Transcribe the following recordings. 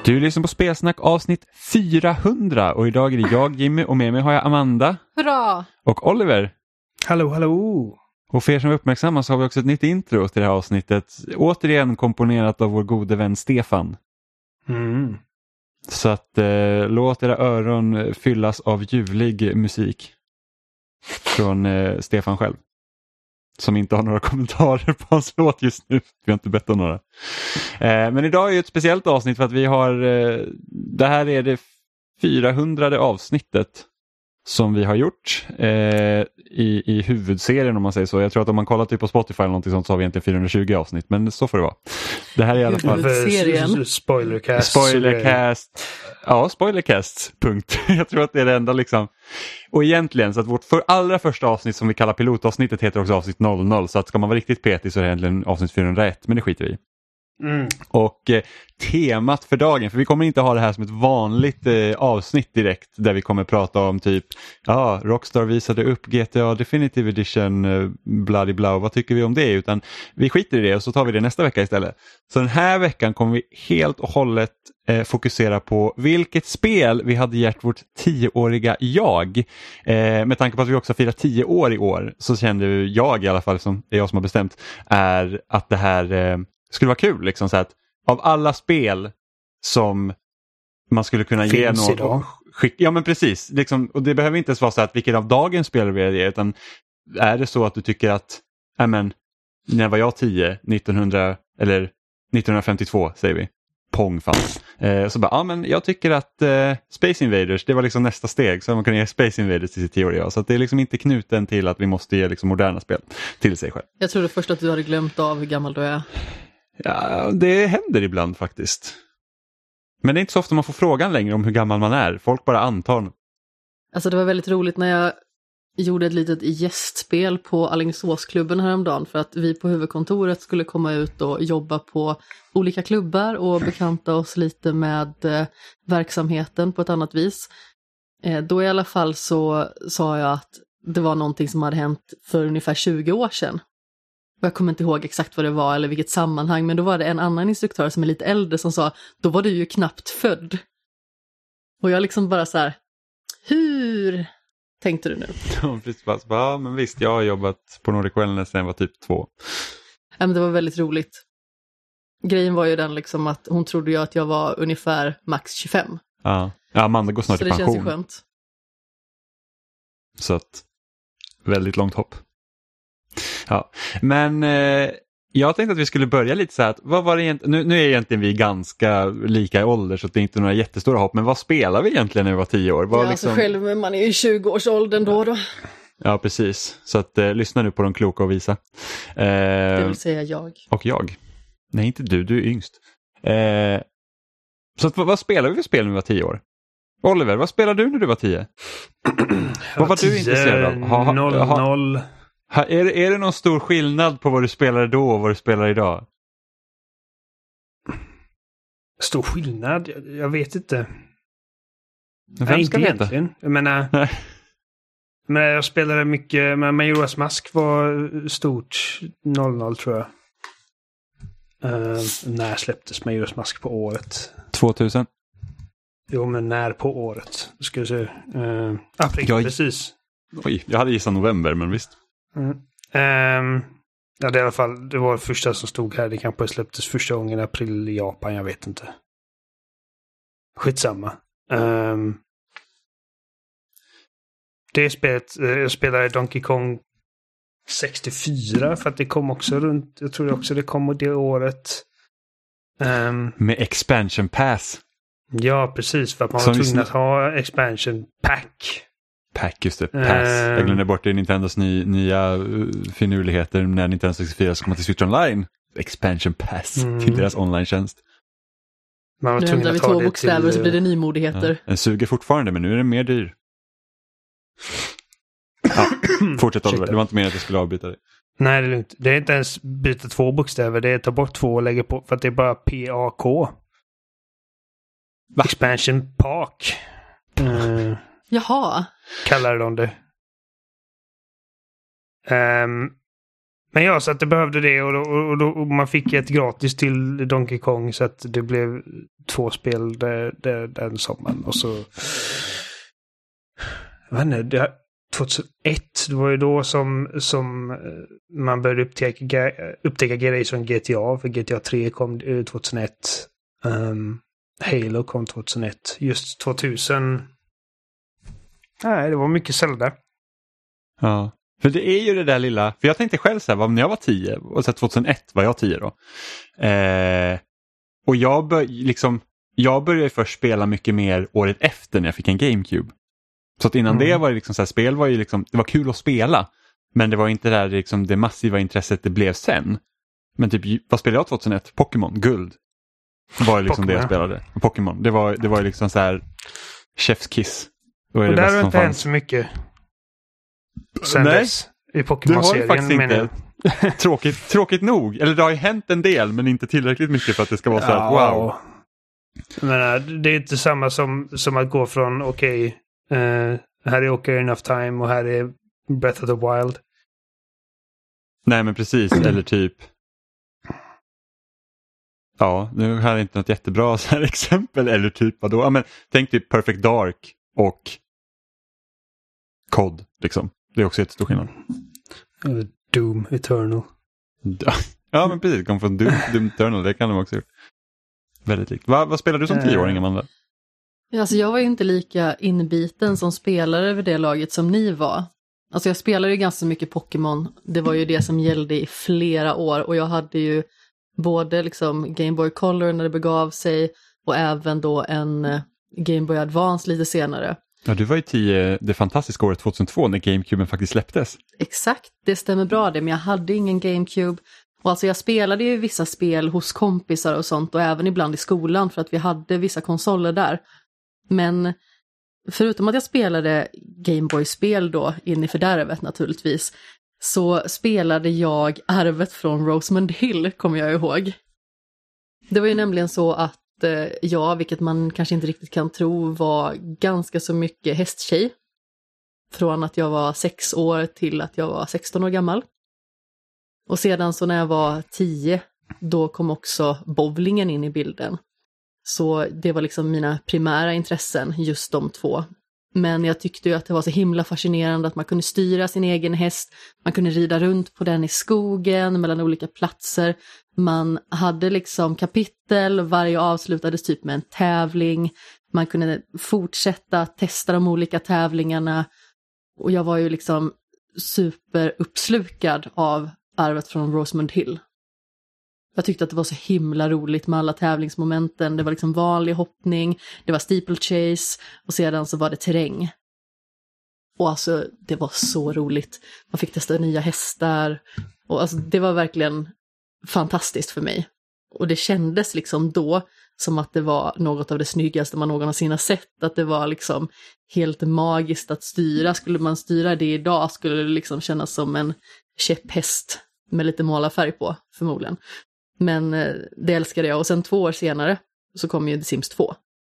Du lyssnar på Spelsnack avsnitt 400 och idag är det jag, Jimmy, och med mig har jag Amanda. Hurra! Och Oliver. Hallå, hallå! Och för er som är uppmärksamma så har vi också ett nytt intro till det här avsnittet. Återigen komponerat av vår gode vän Stefan. Mm. Så att låt era öron fyllas av ljuvlig musik. Från Stefan själv. Som inte har några kommentarer på hans låt just nu. Vi har inte bett om några. Men idag är ju ett speciellt avsnitt för att vi har... det här är det 400:e avsnittet som vi har gjort i huvudserien, om man säger så. Jag tror att om man kollar typ på Spotify eller någonting sånt så har vi egentligen 420 avsnitt. Men så får det vara. Det här är i alla fall... Spoilercast. Spoilercast. Ja, spoilercast. Punkt. Jag tror att det är det enda liksom. Och egentligen så att vårt allra första avsnitt som vi kallar pilotavsnittet heter också avsnitt 00. Så att ska man vara riktigt petig så är det egentligen avsnitt 401. Men det skiter vi i. Mm. Och temat för dagen, för vi kommer inte ha det här som ett vanligt avsnitt direkt där vi kommer prata om typ Rockstar visade upp GTA Definitive Edition bloody blah, vad tycker vi om det, utan vi skiter i det och så tar vi det nästa vecka istället. Så den här veckan kommer vi helt och hållet fokusera på vilket spel vi hade gett vårt 10-åriga jag. Med tanke på att vi också firar 10 år i år så kände jag i alla fall, som det är jag som har bestämt, är att det här skulle vara kul liksom, så att av alla spel som man skulle kunna ge någon ja men precis liksom, och det behöver inte ens vara så att vilken av dagens spel vi är, utan är det så att du tycker att när var jag 10 eller 1952 säger vi, Pong fanns, så bara, men jag tycker att Space Invaders, det var liksom nästa steg, så man kan ge Space Invaders till sitt 10-åriga, så att det är liksom inte knuten till att vi måste ge liksom moderna spel till sig själv. Jag trodde först att du hade glömt av hur gammal du är. Ja, det händer ibland faktiskt. Men det är inte så ofta man får frågan längre om hur gammal man är. Folk bara antar. Alltså det var väldigt roligt när jag gjorde ett litet gästspel på Alingsåsklubben häromdagen för att vi på huvudkontoret skulle komma ut och jobba på olika klubbar och bekanta oss lite med verksamheten på ett annat vis. Då i alla fall så sa jag att det var någonting som hade hänt för ungefär 20 år sedan. Och jag kommer inte ihåg exakt vad det var eller vilket sammanhang, men då var det en annan instruktör som är lite äldre som sa, då var du ju knappt född. Och jag liksom bara så här, hur tänkte du nu? Ja, men visst, jag har jobbat på Nordic Wellness sedan jag var typ 2. Ja, men det var väldigt roligt. Grejen var ju den liksom att hon trodde ju att jag var ungefär max 25. Ja, Amanda går snart i pension. Så det känns ju skönt. Så att, väldigt långt hopp. Ja, men jag tänkte att vi skulle börja lite så här att, vad var det egentligen, nu är egentligen vi ganska lika i ålder så det är inte några jättestora hopp, men vad spelar vi egentligen när vi var 10 år? Ja, liksom... alltså själv, man är ju 20-årsåldern då. Ja, precis. Så att lyssna nu på de kloka och visa. Det vill säga jag. Och jag. Nej, inte du är yngst. Så att, vad spelar vi för spel när vi var 10 år? Oliver, vad spelar du när du var 10? Vad var du intresserad av? 00. Är det någon stor skillnad på vad du spelade då och vad du spelar idag? Stor skillnad? Jag vet inte. Vem ska inte veta? Egentligen. Jag menar, jag spelade mycket, men Majoras Mask var stort 00 tror jag. När släpptes Majoras Mask på året? 2000. Jo, men när på året? Ska jag säga. April, precis. Oj, jag hade gissat november, men visst. Ja, det, i alla fall, det var det första som stod här. Det kanske släpptes första gången i april i Japan, jag vet inte. Skitsamma. Det spelet, jag spelade Donkey Kong 64 för att det kom också runt, jag tror också det kom det året. Med expansion pass. Ja, precis, för att man var tvungen att ha expansion pack. Just det, pass. Jag glömde bort det, Nintendos nya finurligheter när Nintendo 64 ska komma till Switch Online. Expansion pass till deras online-tjänst. Nu ändrar vi 2 bokstäver så blir det nymodigheter. Ja, den suger fortfarande, men nu är den mer dyr. Ja, fortsätt Oliver. Det var inte meningen att jag skulle avbryta det. Nej, det är lugnt. Det är inte ens byta 2 bokstäver. Det är ta bort 2 och lägga på. För att det är bara PAK. Expansion Park. Jaha. Kallar de det. Men ja, så att det behövde det och man fick ett gratis till Donkey Kong så att det blev 2 spel den sommaren. Och så... Jag vet inte, 2001, det var ju då som man började upptäcka grejer som GTA. För GTA 3 kom 2001. Halo kom 2001. Just 2000... Nej, det var mycket Zelda. Ja, för det är ju det där lilla... För jag tänkte själv så här, när jag var 10, och så 2001 var jag 10 då. Och jag började först spela mycket mer året efter när jag fick en GameCube. Så att innan det var det liksom så här, spel var ju liksom, det var kul att spela. Men det var inte där liksom det massiva intresset det blev sen. Men typ, vad spelade jag 2001? Pokémon, guld. Var ju liksom det jag spelade. Pokémon, det var ju liksom så här chef's kiss. Och där har inte hänt så mycket sen dess i Pokémon-serien. Det har ju faktiskt inte. Tråkigt nog. Eller det har ju hänt en del, men inte tillräckligt mycket för att det ska vara så här, wow. Men det är inte samma som att gå från här är Ocarina of Time och här är Breath of the Wild. Nej, men precis. Eller typ... Ja, nu har jag inte något jättebra så här exempel. Eller typ vadå? Ja, men tänk typ Perfect Dark och COD liksom. Det är också jättestor skillnad. Doom Eternal. Ja, men precis. Kom från Doom Eternal. Det kan de också gjort. Väldigt likt. Vad spelar du som 10-åring, Amanda? Alltså jag var ju inte lika inbiten som spelare över det laget som ni var. Alltså jag spelade ju ganska mycket Pokémon. Det var ju det som gällde i flera år. Och jag hade ju både liksom Game Boy Color när det begav sig. Och även då en Game Boy Advance lite senare. Ja, du var ju 10 det fantastiska året 2002 när GameCuben faktiskt släpptes. Exakt, det stämmer bra det. Men jag hade ingen GameCube. Och alltså jag spelade ju vissa spel hos kompisar och sånt. Och även ibland i skolan för att vi hade vissa konsoler där. Men förutom att jag spelade Gameboy-spel då in i fördärvet naturligtvis, så spelade jag Arvet från Rosamund Hill, kommer jag ihåg. Det var ju nämligen så att jag, vilket man kanske inte riktigt kan tro, var ganska så mycket hästtjej. Från att jag var 6 år till att jag var 16 år gammal. Och sedan så när jag var 10, då kom också bowlingen in i bilden. Så det var liksom mina primära intressen, just de 2. Men jag tyckte ju att det var så himla fascinerande att man kunde styra sin egen häst. Man kunde rida runt på den i skogen, mellan olika platser. Man hade liksom kapitel, varje avslutades typ med en tävling. Man kunde fortsätta testa de olika tävlingarna. Och jag var ju liksom superuppslukad av Arvet från Rosamund Hill. Jag tyckte att det var så himla roligt med alla tävlingsmomenten. Det var liksom vanlig hoppning, det var steeplechase och sedan så var det terräng. Och alltså det var så roligt. Man fick testa nya hästar och alltså det var verkligen fantastiskt för mig. Och det kändes liksom då som att det var något av det snyggaste man någonsin har sett. Att det var liksom helt magiskt att styra. Skulle man styra det idag skulle det liksom kännas som en käpphäst med lite målarfärg på förmodligen. Men det älskade jag. Och sen 2 år senare så kom ju The Sims 2.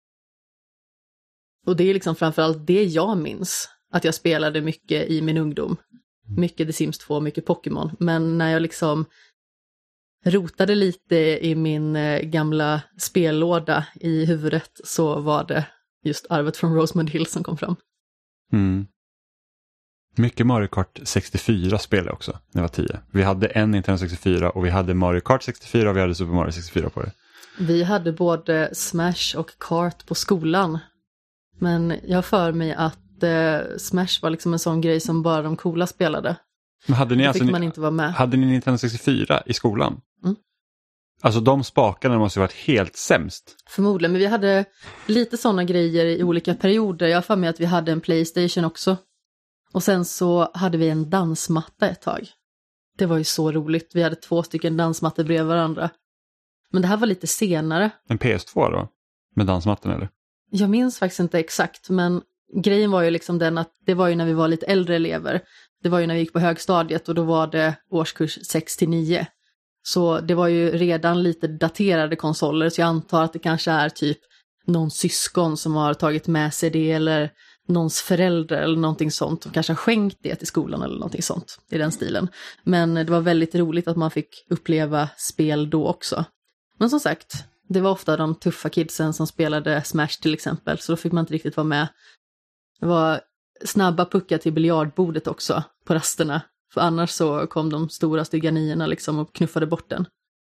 Och det är liksom framförallt det jag minns. Att jag spelade mycket i min ungdom. Mycket The Sims 2, mycket Pokémon. Men när jag liksom rotade lite i min gamla spellåda i huvudet så var det just Arvet från Rosamund Hill som kom fram. Mm. Mycket Mario Kart 64 spelade också när jag var 10. Vi hade en Nintendo 64 och vi hade Mario Kart 64 och vi hade Super Mario 64 på det. Vi hade både Smash och Kart på skolan. Men jag har för mig att Smash var liksom en sån grej som bara de coola spelade. Men hade ni, fick man inte vara med. Hade ni Nintendo 64 i skolan? Mm. Alltså de spakarna måste ju varit helt sämst. Förmodligen, men vi hade lite sådana grejer i olika perioder. Jag har för mig att vi hade en PlayStation också. Och sen så hade vi en dansmatta ett tag. Det var ju så roligt. Vi hade 2 stycken dansmattor bredvid varandra. Men det här var lite senare. En PS2 då? Med dansmattan eller? Jag minns faktiskt inte exakt, men grejen var ju liksom den att det var ju när vi var lite äldre elever. Det var ju när vi gick på högstadiet och då var det årskurs 6-9. Så det var ju redan lite daterade konsoler, så jag antar att det kanske är typ någon syskon som har tagit med sig det eller någons förälder eller någonting sånt och kanske har skänkt det till skolan eller någonting sånt i den stilen. Men det var väldigt roligt att man fick uppleva spel då också. Men som sagt, Det var ofta de tuffa kidsen som spelade Smash till exempel, så då fick man inte riktigt vara med. Det var snabba puckar till biljardbordet också på rasterna. För annars så kom de stora stygga niorna liksom och knuffade bort den.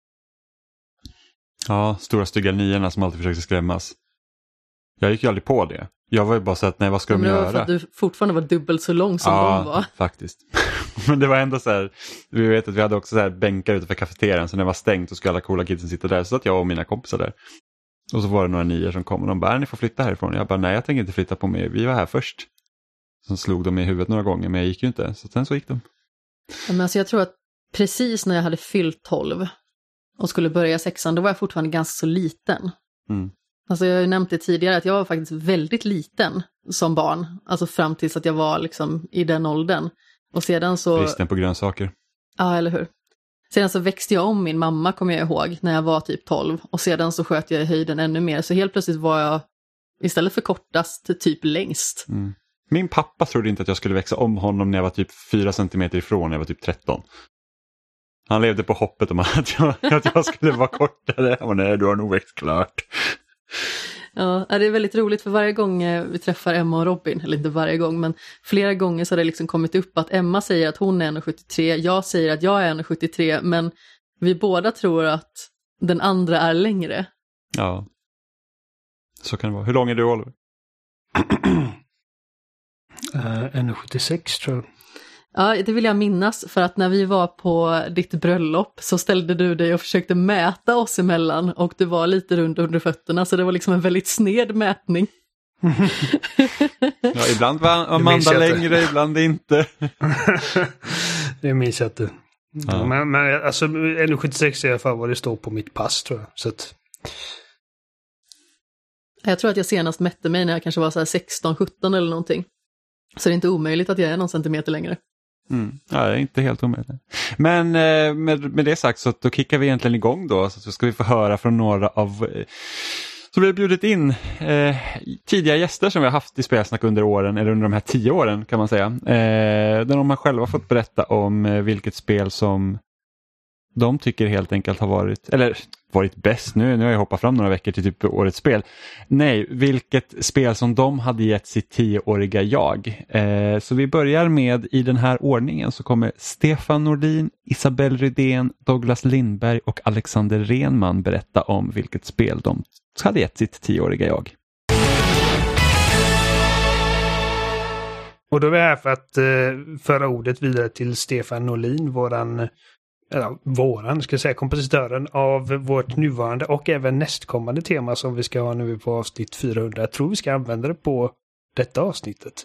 Ja, stora stygga niorna som alltid försökte skrämmas. Jag gick ju aldrig på det. Jag var ju bara så att, nej, vad ska de göra? Det var för att du fortfarande var dubbelt så lång som de var. Ja, faktiskt. Men det var ändå så här, vi vet att vi hade också så här bänkar utanför kafeterian, så när det var stängt så skulle alla coola kidsen sitta där. Så att jag och mina kompisar där. Och så var det några nior som kom och de bara, ni får flytta härifrån. Jag bara, nej, jag tänker inte flytta på mig. Vi var här först. Så slog de i huvudet några gånger, men jag gick ju inte. Så sen så gick de. Ja, men alltså jag tror att precis när jag hade fyllt 12 och skulle börja 6:an, då var jag fortfarande ganska så liten. Mm. Alltså jag har ju nämnt det tidigare att jag var faktiskt väldigt liten som barn. Alltså fram tills att jag var liksom i den åldern. Och sedan så... Bristen på grönsaker. Ja, eller hur? Sedan så växte jag om min mamma, kommer jag ihåg, när jag var typ 12. Och sedan så sköt jag i höjden ännu mer. Så helt plötsligt var jag istället för kortast typ längst. Mm. Min pappa trodde inte att jag skulle växa om honom när jag var typ 4 centimeter ifrån när jag var typ 13. Han levde på hoppet om att jag skulle vara kortare. Och nej, du har nog växt klart. Ja, det är väldigt roligt för varje gång vi träffar Emma och Robin, eller inte varje gång, men flera gånger så har det liksom kommit upp att Emma säger att hon är 1,73, jag säger att jag är 1,73, men vi båda tror att den andra är längre. Ja, så kan det vara. Hur lång är du, Oliver? 1,76 tror jag. Ja, det vill jag minnas, för att när vi var på ditt bröllop så ställde du dig och försökte mäta oss emellan och du var lite rund under fötterna, så det var liksom en väldigt sned mätning. Ja, ibland var Amanda längre, ibland inte. Det minns jag inte. Ja. Men alltså 1,76 är i alla fall vad det står på mitt pass, tror jag. Så att... Jag tror att jag senast mätte mig när jag kanske var så här 16-17 eller någonting. Så det är inte omöjligt att jag är någon centimeter längre. Mm. Ja, det är inte helt omöjligt. Men med det sagt så då kickar vi egentligen igång då. Så ska vi få höra från några av... Så vi har bjudit in tidigare gäster som vi har haft i Spelsnack under åren, eller under de här 10 åren kan man säga. Där de har själva fått berätta om vilket spel som de tycker helt enkelt har varit bäst. Nu har jag hoppat fram några veckor till typ årets spel. Nej, vilket spel som de hade gett sitt 10-åriga jag. Så vi börjar med, i den här ordningen så kommer Stefan Nordin, Isabelle Rydén, Douglas Lindberg och Alexander Renman berätta om vilket spel de hade gett sitt 10-åriga jag. Och då är vi här för att föra ordet vidare till Stefan Norlin, kompositören av vårt nuvarande och även nästkommande tema som vi ska ha nu på avsnitt 400. Jag tror vi ska använda det på detta avsnittet.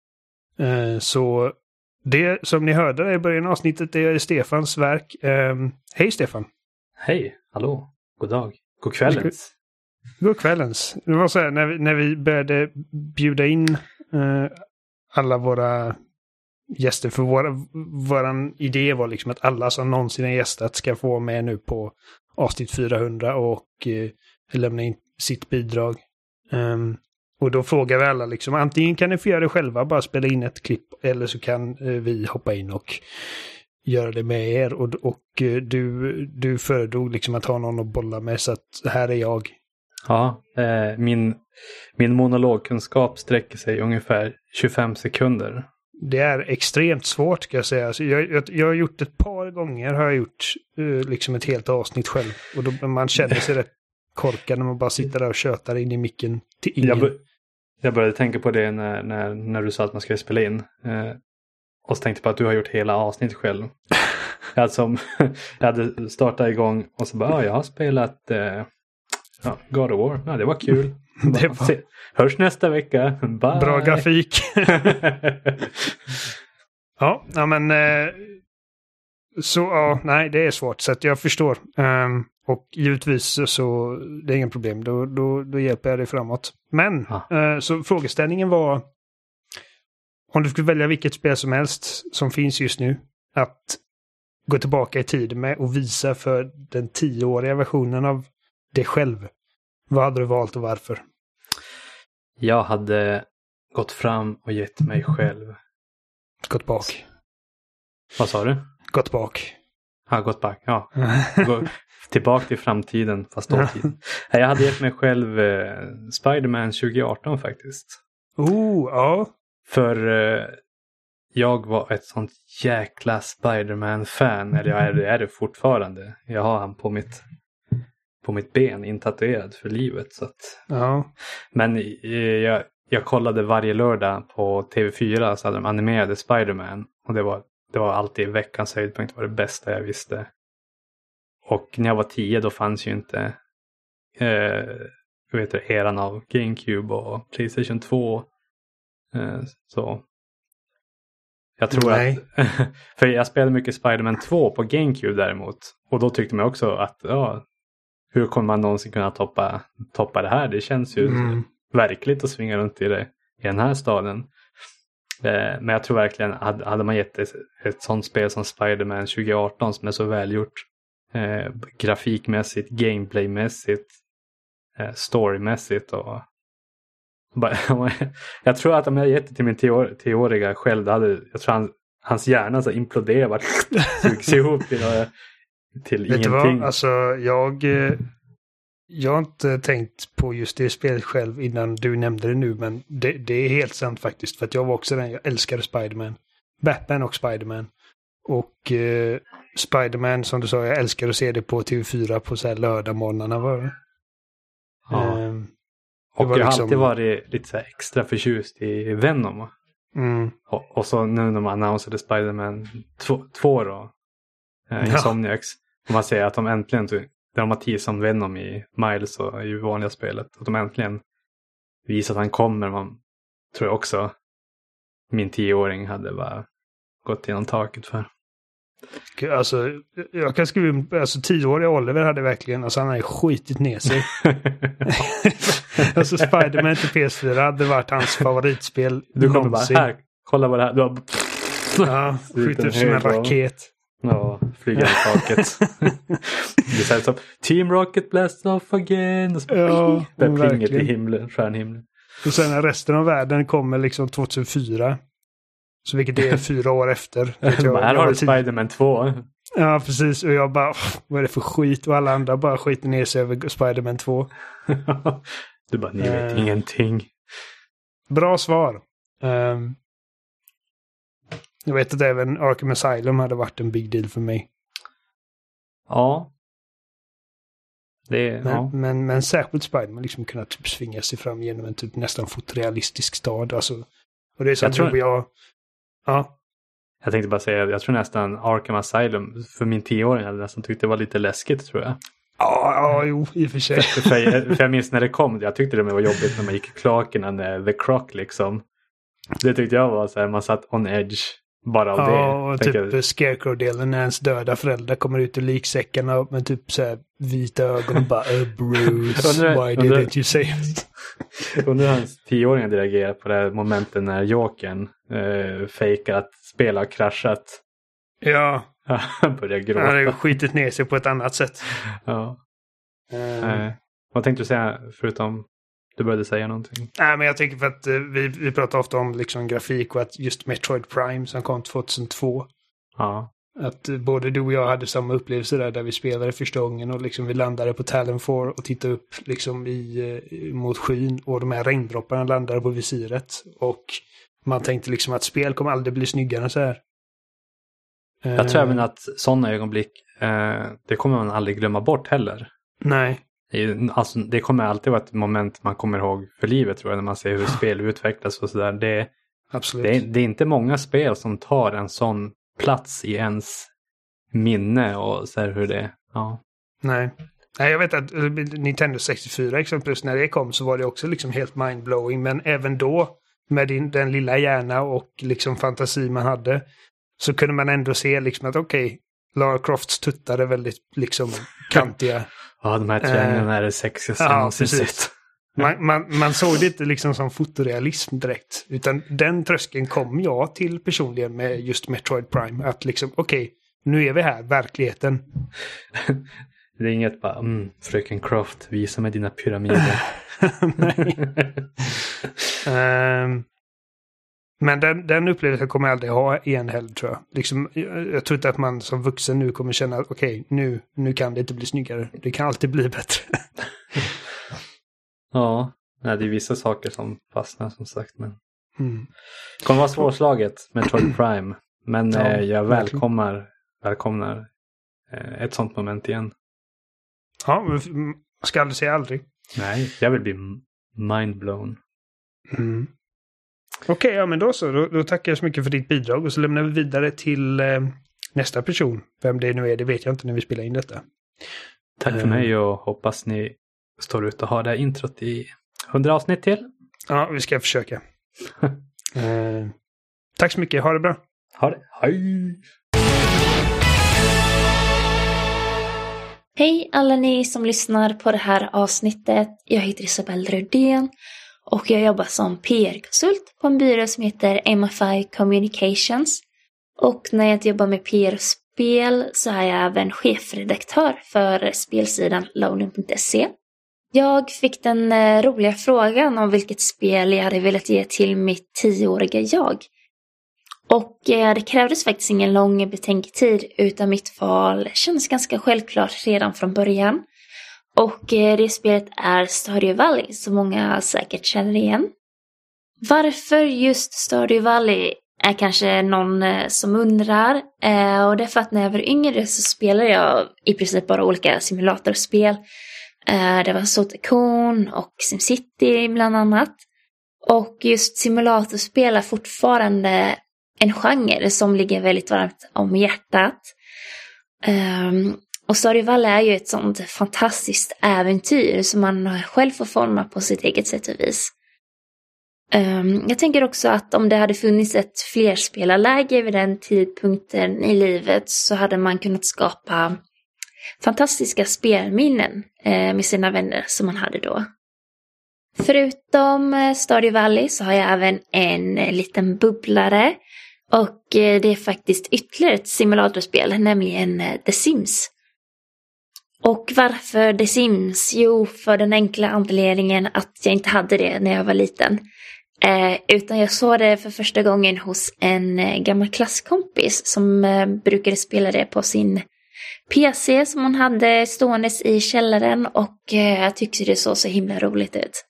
Så det som ni hörde i början av avsnittet, det är Stefans verk. Hej Stefan! Hej, hallå, god dag, god kvällens. God kvällens. Det var så här, när vi började bjuda in alla våra gäster, för våran idé var liksom att alla som någonsin har gästat ska få med nu på avsnitt 400 och lämna in sitt bidrag. Och då frågar vi alla liksom, antingen kan ni få göra det själva, bara spela in ett klipp, eller så kan vi hoppa in och göra det med er. Och du föredrog liksom att ha någon att bolla med, så att här är jag. Ja, min monologkunskap sträcker sig ungefär 25 sekunder. Det är extremt svårt, ska jag säga. Alltså jag har gjort ett par gånger, har jag gjort liksom ett helt avsnitt själv. Och då man känner sig rätt korkad när man bara sitter där och tjötar in i micken till ingen. Jag började tänka på det när du sa att man skulle spela in. Och så tänkte jag på att du har gjort hela avsnitt själv. Jag hade startat igång och så bara, jag har spelat God of War. Ja, det var kul. Hörs nästa vecka. Bye. Bra grafik. Ja, men så nej, det är svårt, så att jag förstår. Och givetvis så det är inga problem. Då hjälper jag dig framåt. Men så frågeställningen var, om du skulle välja vilket spel som helst som finns just nu att gå tillbaka i tiden med och visa för den 10-åriga versionen av dig själv, vad hade du valt och varför? Jag hade gått fram och gett mig själv. Gått bak. Vad sa du? Gått bak. Har gått back, ja. Tillbaka till framtiden, fast dåtiden. Jag hade gett mig själv Spider-Man 2018 faktiskt. Ja. För jag var ett sånt jäkla Spider-Man-fan. Eller jag är det fortfarande. Jag har han på mitt ben intatuerad för livet. Så att... Ja. Men jag kollade varje lördag på TV4 så hade de animerade Spider-Man. Och det var alltid veckans höjdpunkt. Det var det bästa jag visste. Och när jag var 10 då fanns ju inte eran av GameCube och PlayStation 2. Så jag tror att för jag spelade mycket Spider-Man 2 på GameCube däremot. Och då tyckte man också att hur kommer man någonsin kunna toppa det här? Det känns ju verkligt att svinga runt i den här staden. Men jag tror verkligen hade man gett ett sånt spel som Spider-Man 2018 som är så välgjort grafikmässigt, gameplaymässigt, storymässigt och jag tror att om jag gett det till min 10-åriga själv jag tror hans hjärna så imploderar sugs ihop till Vet ingenting. du vad? Alltså jag har inte tänkt på just det spelet själv innan du nämnde det nu, men det är helt sant faktiskt, för att jag var också jag älskade Spider-Man. Batman och Spider-Man. Och Spider-Man, som du sa, jag älskar att se det på TV4 på så här lördagmorgnarna var det. Ja. Och jag har alltid varit lite så här extra förtjust i Venom. Och så nu när man annonserade Spider-Man 2 då, Insomniacs, och man säger att de äntligen de har tid som Venom i Miles och i vanliga spelet, att de äntligen visar att han kommer. Man tror jag också min 10-åring hade bara gått genom taket för. Alltså, jag kan skriva, alltså 10-åriga Oliver hade verkligen, alltså han hade skitit ner sig. Alltså Spider-Man till PS4 hade varit hans favoritspel. Du kommer bara, här, kolla vad det här. Du har... Ja, skjuter upp som en raket. Ja, flyger i taket. Det säger som, Team Rocket blast off again. Och så plinget i himlen, stjärnhimlen. Och sen när resten av världen kommer liksom 2004. Så vilket det är 4 år efter. Här har du Spider-Man 2. Ja, precis. Och jag bara, vad är det för skit? Och alla andra bara skiter ner sig över Spider-Man 2. Du bara, ni vet ingenting. Bra svar. Jag vet att även Arkham Asylum hade varit en big deal för mig. Ja. Men särskilt Spider-Man liksom kunna typ svinga sig fram genom en typ nästan fotorealistisk stad. Alltså. Och det är så att Ja. Jag tänkte bara säga, jag tror nästan Arkham Asylum för min 10-åring hade nästan tyckt det var lite läskigt, tror jag. Ja, jo, i och för sig. för jag minns när det kom, jag tyckte det var jobbigt när man gick i klakerna när The Croc liksom. Det tyckte jag var så här, man satt on edge bara av det. Ja, och typ Scarecrow-delen när ens döda föräldrar kommer ut ur liksäckarna med typ så här vita ögon och bara Bruce, why didn't you say it? Undrar hur hans 10-åringar reagerar på det här momentet när Jokern fejkar att spela har kraschat. Ja. Börjar gråta. Han har skitit ner sig på ett annat sätt. Ja. Vad tänkte du säga förutom du började säga någonting? Nej, men jag tänker för att vi pratar ofta om liksom grafik och att just Metroid Prime som kom 2002. Ja. Att både du och jag hade samma upplevelse där vi spelade första gången och liksom vi landade på Talon 4 och tittade upp liksom mot skyn och de här regndropparna landade på visiret och man tänkte liksom att spel kommer aldrig bli snyggare så här. Jag tror även att sådana ögonblick det kommer man aldrig glömma bort heller. Nej. Alltså, det kommer alltid vara ett moment man kommer ihåg för livet, tror jag, när man ser hur spel utvecklas och sådär. Absolut. Det är inte många spel som tar en sån plats i ens minne och så här hur det är. Ja. Nej, jag vet att Nintendo 64 exempelvis, när det kom så var det också liksom helt mindblowing, men även då med den lilla hjärna och liksom fantasi man hade så kunde man ändå se liksom att okej, Lara Crofts tuttar är väldigt liksom kantiga. Ja, de här trianglarna är det sexigaste jag någonsin sett. Man såg det inte liksom som fotorealism direkt, utan den tröskeln kom jag till personligen med just Metroid Prime, att liksom okej, nu är vi här, verkligheten. Det är inget bara, fröken Croft, visa mig dina pyramider. Nej. Men den upplevelsen kommer jag aldrig ha igen heller, tror jag. Liksom, jag tror inte att man som vuxen nu kommer känna att okej, nu kan det inte bli snyggare. Det kan alltid bli bättre. Ja, nej, det är vissa saker som fastnar som sagt. Men det kommer vara svårslaget med Metroid Prime. Men jag välkomnar ett sånt moment igen. Ja, men ska aldrig säga aldrig. Nej, jag vill bli mindblown. Okej, ja men då så. Då tackar jag så mycket för ditt bidrag. Och så lämnar vi vidare till nästa person. Vem det nu är, det vet jag inte när vi spelar in detta. Tack för mig och hoppas ni står ut och har det här introt i 100 avsnitt till. Ja, vi ska försöka. Tack så mycket, ha det bra. Ha det, hej! Hej alla ni som lyssnar på det här avsnittet. Jag heter Isabelle Rudén och jag jobbar som PR-konsult på en byrå som heter MFI Communications. Och när jag inte jobbar med PR och spel så är jag även chefredaktör för spelsidan Lowlin.se. Jag fick den roliga frågan om vilket spel jag hade velat ge till mitt 10-åriga jag. Och det krävdes faktiskt ingen lång betänketid utan mitt val kändes ganska självklart redan från början. Och det spelet är Stardew Valley som många säkert känner igen. Varför just Stardew Valley är kanske någon som undrar. Och det är för att när jag var yngre så spelade jag i princip bara olika simulatorspel. Det var Sotekon och SimCity bland annat. Och just simulatorspel är fortfarande en genre som ligger väldigt varmt om hjärtat. Och Stardew Valley är ju ett sånt fantastiskt äventyr som man själv får forma på sitt eget sätt och vis. Jag tänker också att om det hade funnits ett flerspelarläge vid den tidpunkten i livet så hade man kunnat skapa fantastiska spelminnen med sina vänner som man hade då. Förutom Stardew Valley så har jag även en liten bubblare. Och det är faktiskt ytterligare ett simulatorspel, nämligen The Sims. Och varför The Sims? Jo, för den enkla anledningen att jag inte hade det när jag var liten. Utan jag såg det för första gången hos en gammal klasskompis som brukade spela det på sin PC som hon hade ståendes i källaren. Och jag tyckte det såg så himla roligt ut.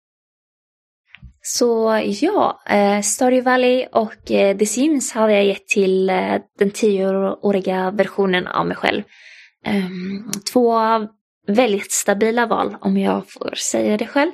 Så ja, Stardew Valley och The Sims har jag gett till den 10-åriga versionen av mig själv. 2 väldigt stabila val om jag får säga det själv.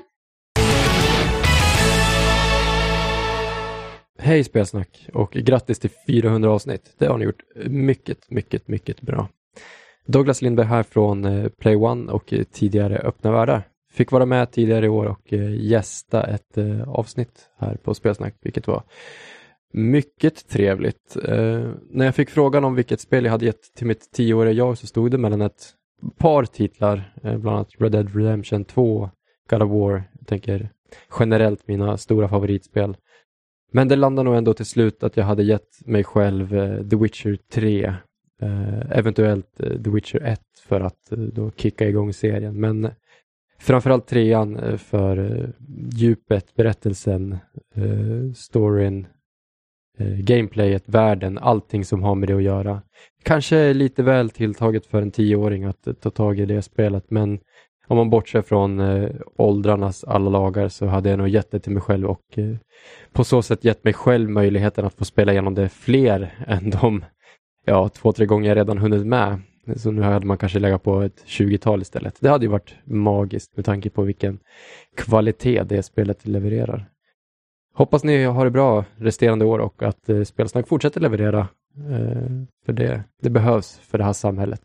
Hej Spelsnack och grattis till 400 avsnitt. Det har ni gjort mycket bra. Douglas Lindberg här från Play One och tidigare Öppna Världar. Fick vara med tidigare i år och gästa ett avsnitt här på Spelsnack, vilket var mycket trevligt. När jag fick frågan om vilket spel jag hade gett till mitt 10-åriga jag så stod det mellan ett par titlar, bland annat Red Dead Redemption 2, God of War. Jag tänker generellt mina stora favoritspel. Men det landade nog ändå till slut att jag hade gett mig själv The Witcher 3, eventuellt The Witcher 1 för att då kicka igång serien. Men framförallt 3:an för djupet, berättelsen, storyn, gameplayet, världen, allting som har med det att göra. Kanske lite väl tilltaget för en 10-åring att ta tag i det spelet, men om man bortser från åldrarnas alla lagar så hade jag nog gett det till mig själv och på så sätt gett mig själv möjligheten att få spela igenom det fler än de 2-3 gånger jag redan hunnit med. Så nu hade man kanske lägga på ett 20-tal istället. Det hade ju varit magiskt med tanke på vilken kvalitet det spelet levererar. Hoppas ni har det bra resterande år och att Spelsnack fortsätter leverera. För det behövs för det här samhället.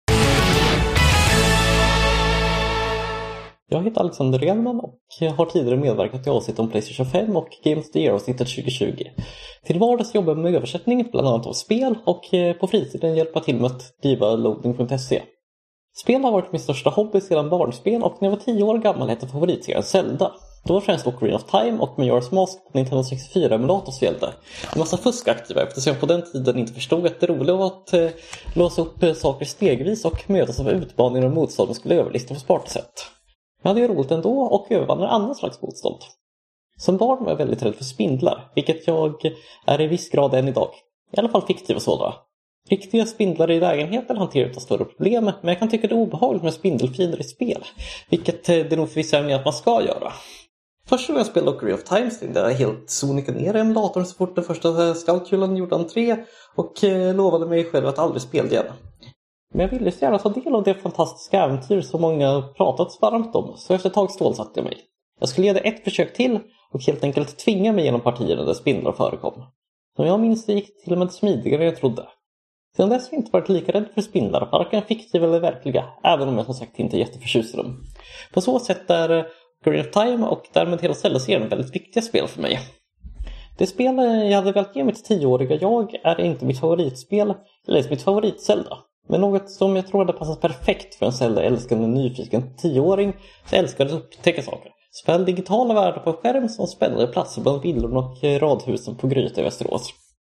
Jag heter Alexander Renman och har tidigare medverkat i avsnitt om PlayStation 5 och Game of the Year-avsnittet 2020. Till vardags jobbar jag med översättning, bland annat av spel, och på fritiden hjälpa till med att driva Loading.se. Spel har varit min största hobby sedan barnspel och när jag var 10 år gammal hette favoritserien Zelda. Då var främst Ocarina of Time och Majora's Mask på Nintendo 64-emulator som gällde. En massa fusk aktiva eftersom jag på den tiden inte förstod att det roliga var att låsa upp saker stegvis och mötas av utmaningar och motstånd man skulle överlista på sparta sätt. Jag hade ju roligt ändå och övervandrade andra slags motstånd. Som barn var jag väldigt rädd för spindlar, vilket jag är i viss grad än idag. I alla fall fiktiva sådana. Riktiga spindlar i lägenheten hanterar utan större problem, men jag kan tycka det är obehagligt med spindelfiender i spel, vilket det nog förvisso är med att man ska göra. Första gången jag spelade Ocarina of Time stängde jag helt sonika ner emulatorn så fort den första scoutkulan gjorde entré och lovade mig själv att aldrig spela igen. Men jag ville så gärna ta del av det fantastiska äventyr som många pratat så varmt om, så efter ett tag stålsatte jag mig. Jag skulle ge det ett försök till och helt enkelt tvinga mig genom partierna där spindlar förekom. Som jag minns det gick till och med smidigare än jag trodde. Sedan dess har jag inte varit lika rädd för spindlar, varken fiktiva eller verkliga, även om jag som sagt inte är jätteförtjust i dem. På så sätt är Ocarina of Time och därmed hela Zelda-serien väldigt viktiga spel för mig. Det spel jag hade velat ge mitt 10-åriga jag är inte mitt favoritspel, eller ens mitt favorit-Zelda. Men något som jag tror hade passat perfekt för en Zelda-älskande nyfiken 10-åring så älskade att upptäcka saker. Spel digitala världar på skärm som spännande platser bland villorna och radhusen på Gryta i Västerås.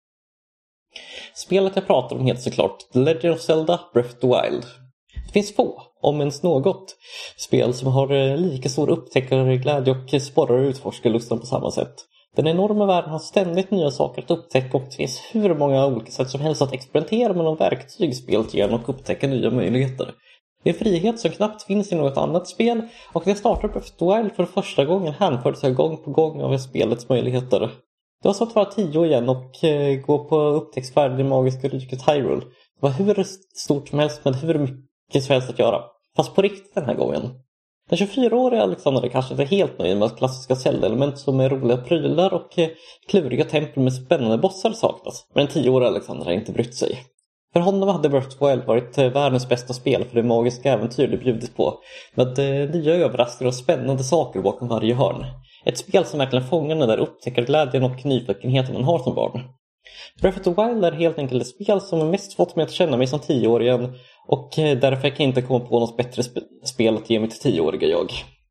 Spelet jag pratar om heter såklart The Legend of Zelda Breath of the Wild. Det finns få, om ens något, spel som har lika stor upptäckarglädje och sporrar och utforskarlustan på samma sätt. Den enorma världen har ständigt nya saker att upptäcka och det finns hur många olika sätt som helst att experimentera med de verktyg spelet ger och upptäcka nya möjligheter. Det är en frihet som knappt finns i något annat spel och när jag startade Breath of the Wild för första gången hänfördes jag gång på gång av spelets möjligheter. Det var så att vara 10 igen och gå på upptäcktsfärd i det magiska riket Hyrule. Det var hur stort som helst med hur mycket som helst att göra. Fast på riktigt den här gången. Den 24-åriga Alexander är kanske inte helt nöjd med klassiska Zelda-element som är roliga prylar och kluriga tempel med spännande bossar saknas. Men den 10-åriga Alexander har inte brytt sig. För honom hade Breath of the Wild varit världens bästa spel för det magiska äventyr det bjudit på. Med nya överraskningar och spännande saker bakom varje hörn. Ett spel som verkligen fångar den där upptäckarglädjen och nyfikenheten man har som barn. Breath of the Wild är helt enkelt ett spel som mest fått mig att känna mig som 10-åringen och därför kan jag inte komma på något bättre spel att ge mig till 10-åriga jag.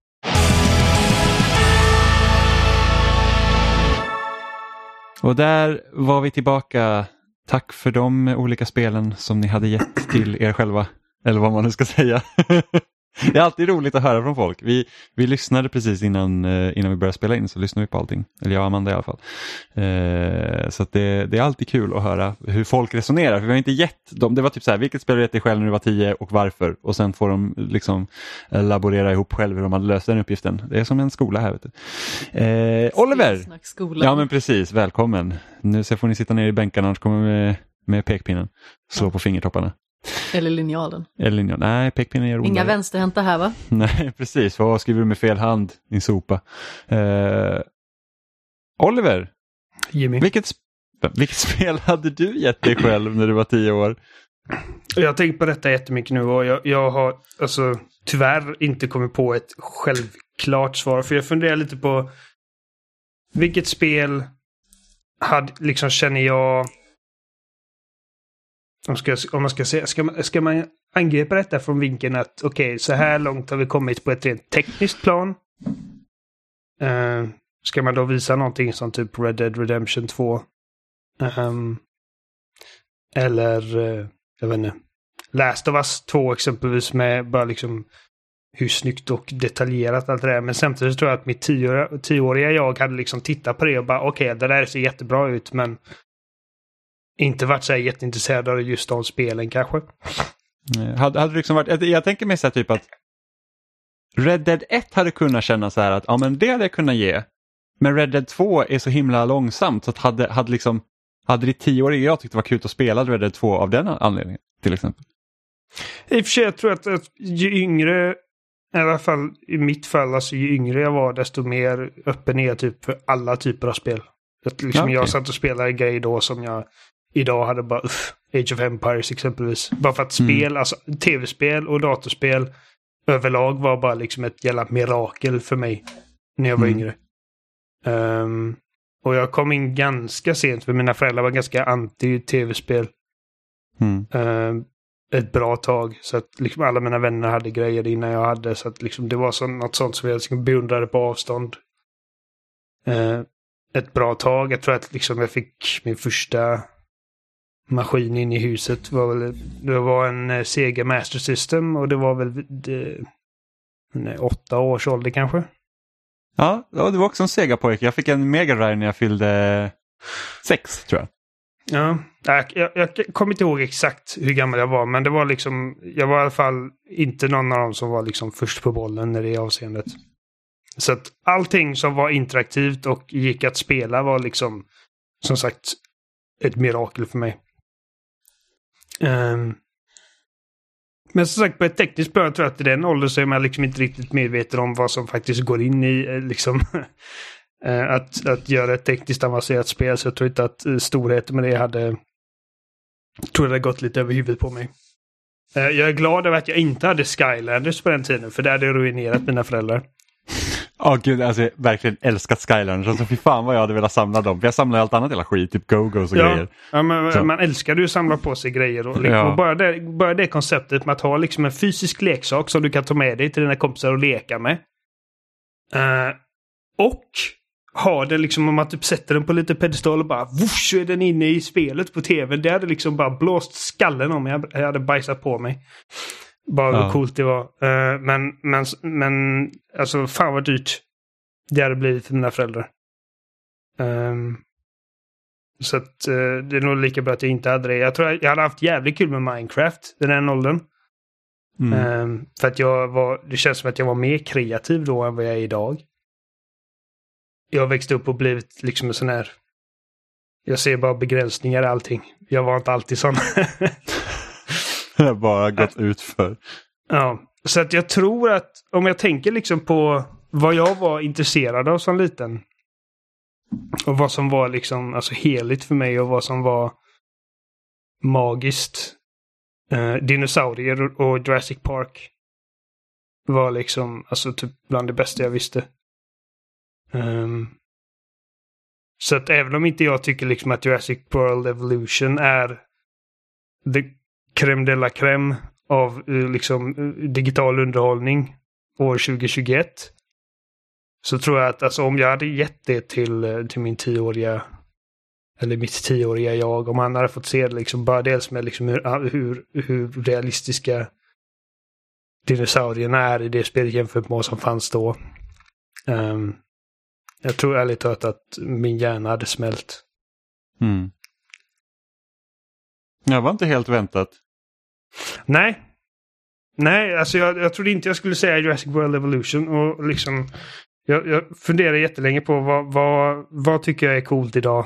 Och där var vi tillbaka. Tack för de olika spelen som ni hade gett till er själva. Eller vad man nu ska säga. Det är alltid roligt att höra från folk. Vi lyssnade precis innan vi började spela in så lyssnade vi på allting. Eller jag och Amanda i alla fall. Så att det är alltid kul att höra hur folk resonerar. För vi har inte gett dem. Det var typ så här, vilket spel du gett dig själv när du var 10 och varför? Och sen får de liksom laborera ihop själv hur de hade löst den uppgiften. Det är som en skola här, vet du. Oliver! Ja men precis, välkommen. Nu så får ni sitta ner i bänkarna annars kommer med pekpinnen. Slå på fingertopparna. Eller linjalen. Nej, pekpinnen gör ondare. Inga vänsterhänta här va? Nej, precis. Vad skriver du med fel hand? Din sopa. Oliver. Jimmy. Vilket spel hade du gett dig själv när du var 10 år? Jag har tänkt på detta jättemycket nu och jag har alltså tyvärr inte kommit på ett självklart svar. För jag funderar lite på vilket spel liksom känner jag... Om man ska säga, ska man angripa detta från vinkeln att okej, så här långt har vi kommit på ett rent tekniskt plan. Ska man då visa någonting som typ Red Dead Redemption 2? Eller jag vet inte, Last of Us 2 exempelvis med bara liksom hur snyggt och detaljerat allt det där. Men samtidigt tror jag att mitt 10-åriga jag hade liksom tittat på det och bara okej, det där ser jättebra ut men inte varit så här jätteintresserad av just de spelen kanske. Hade det liksom varit, jag tänker mig så här typ att Red Dead 1 hade kunnat känna så här att ja men det hade jag kunnat ge. Men Red Dead 2 är så himla långsamt så att hade det 10-åriga jag tyckte det var kul att spela Red Dead 2 av den anledningen till exempel. I och för sig jag tror att ju yngre, i alla fall i mitt fall, alltså ju yngre jag var desto mer öppen är jag typ för alla typer av spel. Att liksom jag satt och spelade en grej då som jag idag hade bara Age of Empires exempelvis. Bara för att spel, alltså tv-spel och datorspel överlag var bara liksom ett jävla mirakel för mig när jag var yngre. Och jag kom in ganska sent för mina föräldrar var ganska anti-tv-spel. Ett bra tag. Så att liksom alla mina vänner hade grejer innan jag hade. Så att liksom det var något sånt som jag liksom beundrade på avstånd. Ett bra tag. Jag tror att liksom jag fick min första maskin in i huset. Det var en Sega Master System och det var väl 8 års ålder kanske. Ja, det var också en Sega-pojke. Jag fick en Mega Drive när jag fyllde 6 tror jag. Ja, jag kommer inte ihåg exakt hur gammal jag var, men det var liksom, jag var i alla fall inte någon av dem som var liksom först på bollen i det avseendet. Så att allting som var interaktivt och gick att spela var liksom, som sagt, ett mirakel för mig. Men som sagt, på ett tekniskt plan tror jag att i den åldern så är man liksom inte riktigt medveten om vad som faktiskt går in i liksom att göra ett tekniskt avancerat spel. Så jag tror inte att storheten med det hade gått lite över huvudet på mig. Jag är glad över att jag inte hade Skylanders på den tiden, för det hade ruinerat mina föräldrar. Gud, alltså jag verkligen älskat Skylanders. Alltså fy fan vad jag hade velat samla dem. För jag samlar allt annat hela skit, typ Go-Go's och grejer. Ja, men man älskar ju att samla på sig grejer. Och bara det konceptet med att ha liksom en fysisk leksak som du kan ta med dig till dina kompisar och leka med. Och ha den liksom, om man typ sätter den på lite pedestal och bara whoosh, så är den inne i spelet på tv. Det hade liksom bara blåst skallen om jag hade bajsat på mig. Bara hur coolt det var. Men alltså fan vad dyrt det hade blivit för mina föräldrar. Så att det är nog lika bra att jag inte hade det. Jag tror jag hade haft jävligt kul med Minecraft i den åldern. För att det känns som att jag var mer kreativ då än vad jag är idag. Jag växte upp och blivit liksom en sån här, jag ser bara begränsningar i allting. Jag var inte alltid sån. Jag har bara gått ut för. Ja, så att jag tror att om jag tänker liksom på vad jag var intresserad av som liten och vad som var liksom alltså heligt för mig och vad som var magiskt. Dinosaurier och Jurassic Park var liksom alltså typ bland det bästa jag visste. Så att även om inte jag tycker liksom att Jurassic World Evolution är the crème de la crème av liksom digital underhållning år 2021, så tror jag att alltså, om jag hade gett det till min 10-åriga eller mitt 10-åriga jag, om han hade fått se det liksom bara dels med liksom hur realistiska dinosaurierna är i det spelet jämfört med vad som fanns då. Jag tror ärligt talat att min hjärna hade smält. Det var inte helt väntat. Nej, alltså jag trodde inte jag skulle säga Jurassic World Evolution. Och liksom, jag funderar jättelänge på vad tycker jag är coolt idag.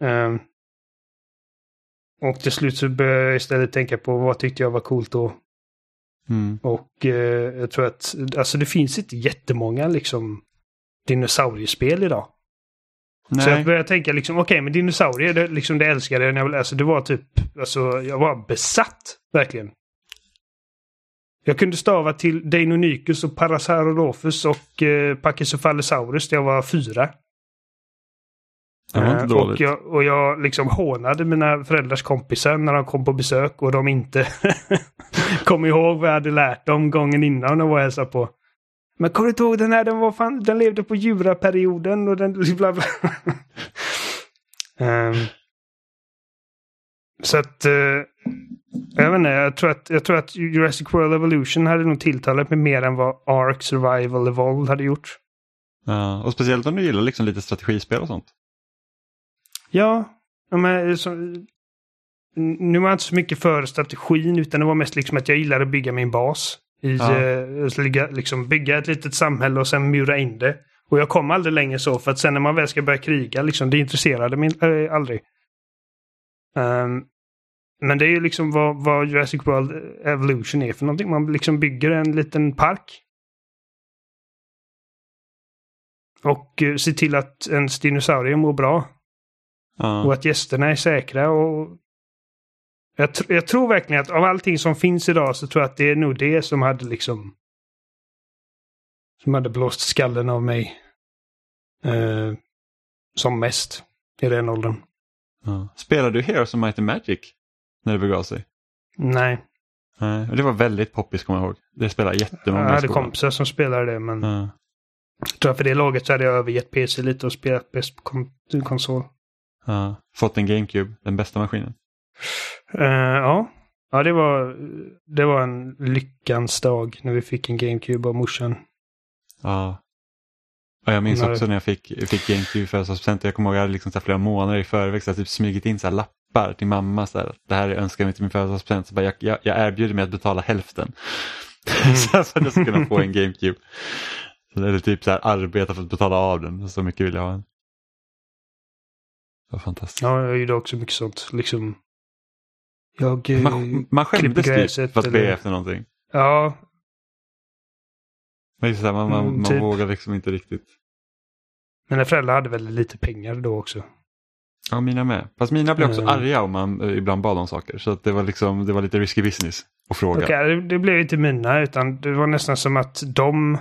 Och till slut så började jag istället tänka på vad tyckte jag var coolt då. Och jag tror att alltså det finns inte jättemånga liksom dinosauriespel idag. Nej. Så jag började tänka liksom, okej, men dinosaurier, det älskade jag. Alltså det var typ, alltså jag var besatt, verkligen. Jag kunde stava till Deinonychus och Parasaurolophus och Pachycephalosaurus när jag var 4. Det var inte dåligt. Och jag liksom hånade mina föräldrars kompisar när de kom på besök och de inte kom ihåg vad jag hade lärt dem gången innan och var hälsa på. Men kommer du inte ihåg den här? Den levde på djuraperioden och den bla bla. Så att jag vet inte, jag tror att Jurassic World Evolution hade nog tilltalat mig mer än vad Ark Survival Evolved hade gjort. Ja, och speciellt om du gillar liksom lite strategispel och sånt. Ja, men nu var jag inte så mycket för strategin, utan det var mest liksom att jag gillade att bygga min bas. Liksom bygga ett litet samhälle och sen mura in det. Och jag kom aldrig längre så, för att sen när man väl ska börja kriga, liksom, det intresserade mig aldrig. Men det är ju liksom vad Jurassic World Evolution är för någonting. Man liksom bygger en liten park. Och ser till att ens dinosaurier mår bra. Och att gästerna är säkra. Och jag tror verkligen att av allting som finns idag så tror jag att det är nog det som hade liksom som hade blåst skallen av mig som mest i den åldern. Spelar du Heroes of Might and Magic när det begav sig? Nej. Det var väldigt poppis, kommer jag ihåg. Det spelade jättemånga. Jag hade kompisar som spelade det, men jag tror att för det laget så hade jag övergett PC lite och spelat bäst på konsol. Fått en GameCube, den bästa maskinen. Ja, det var en lyckans dag när vi fick en GameCube av morsan. Och jag minns också när jag fick GameCube födelsedagspresent. Jag kommer ihåg att jag hade liksom så här flera månader i förväg så jag typ smugit in så här lappar till mamma. Så här, det här önskar jag till min födelsedagspresent. Så bara, jag erbjuder mig att betala hälften. Så att jag ska kunna få en GameCube. Så det är typ så här arbeta för att betala av den. Så mycket vill jag ha en. Det var fantastiskt. Ja, jag gjorde också mycket sånt. Liksom, man skämdes typ för att be efter någonting. Ja. Men så här, man typ. vågar liksom inte riktigt. Mina föräldrar hade väldigt lite pengar då också. Ja, mina med. Fast mina blev också arga om man ibland bad om saker. Så att det var lite risky business att fråga. Okej, det blev inte mina, utan det var nästan som att de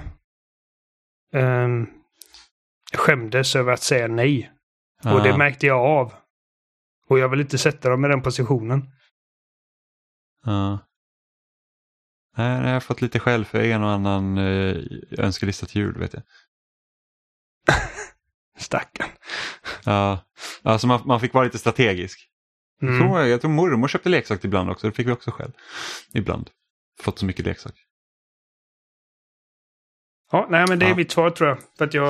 skämdes över att säga nej. Och det märkte jag av. Och jag vill inte sätta dem i den positionen. Ja. Nej, jag har fått lite själv för en och annan önskelista till jul, vet jag. Stackarn. Ja, alltså man fick vara lite strategisk. Jag tror mormor köpte leksaker ibland också. Det fick vi också själv. Ibland. Fått så mycket leksaker. Ja, nej men det är mitt svar tror jag. För att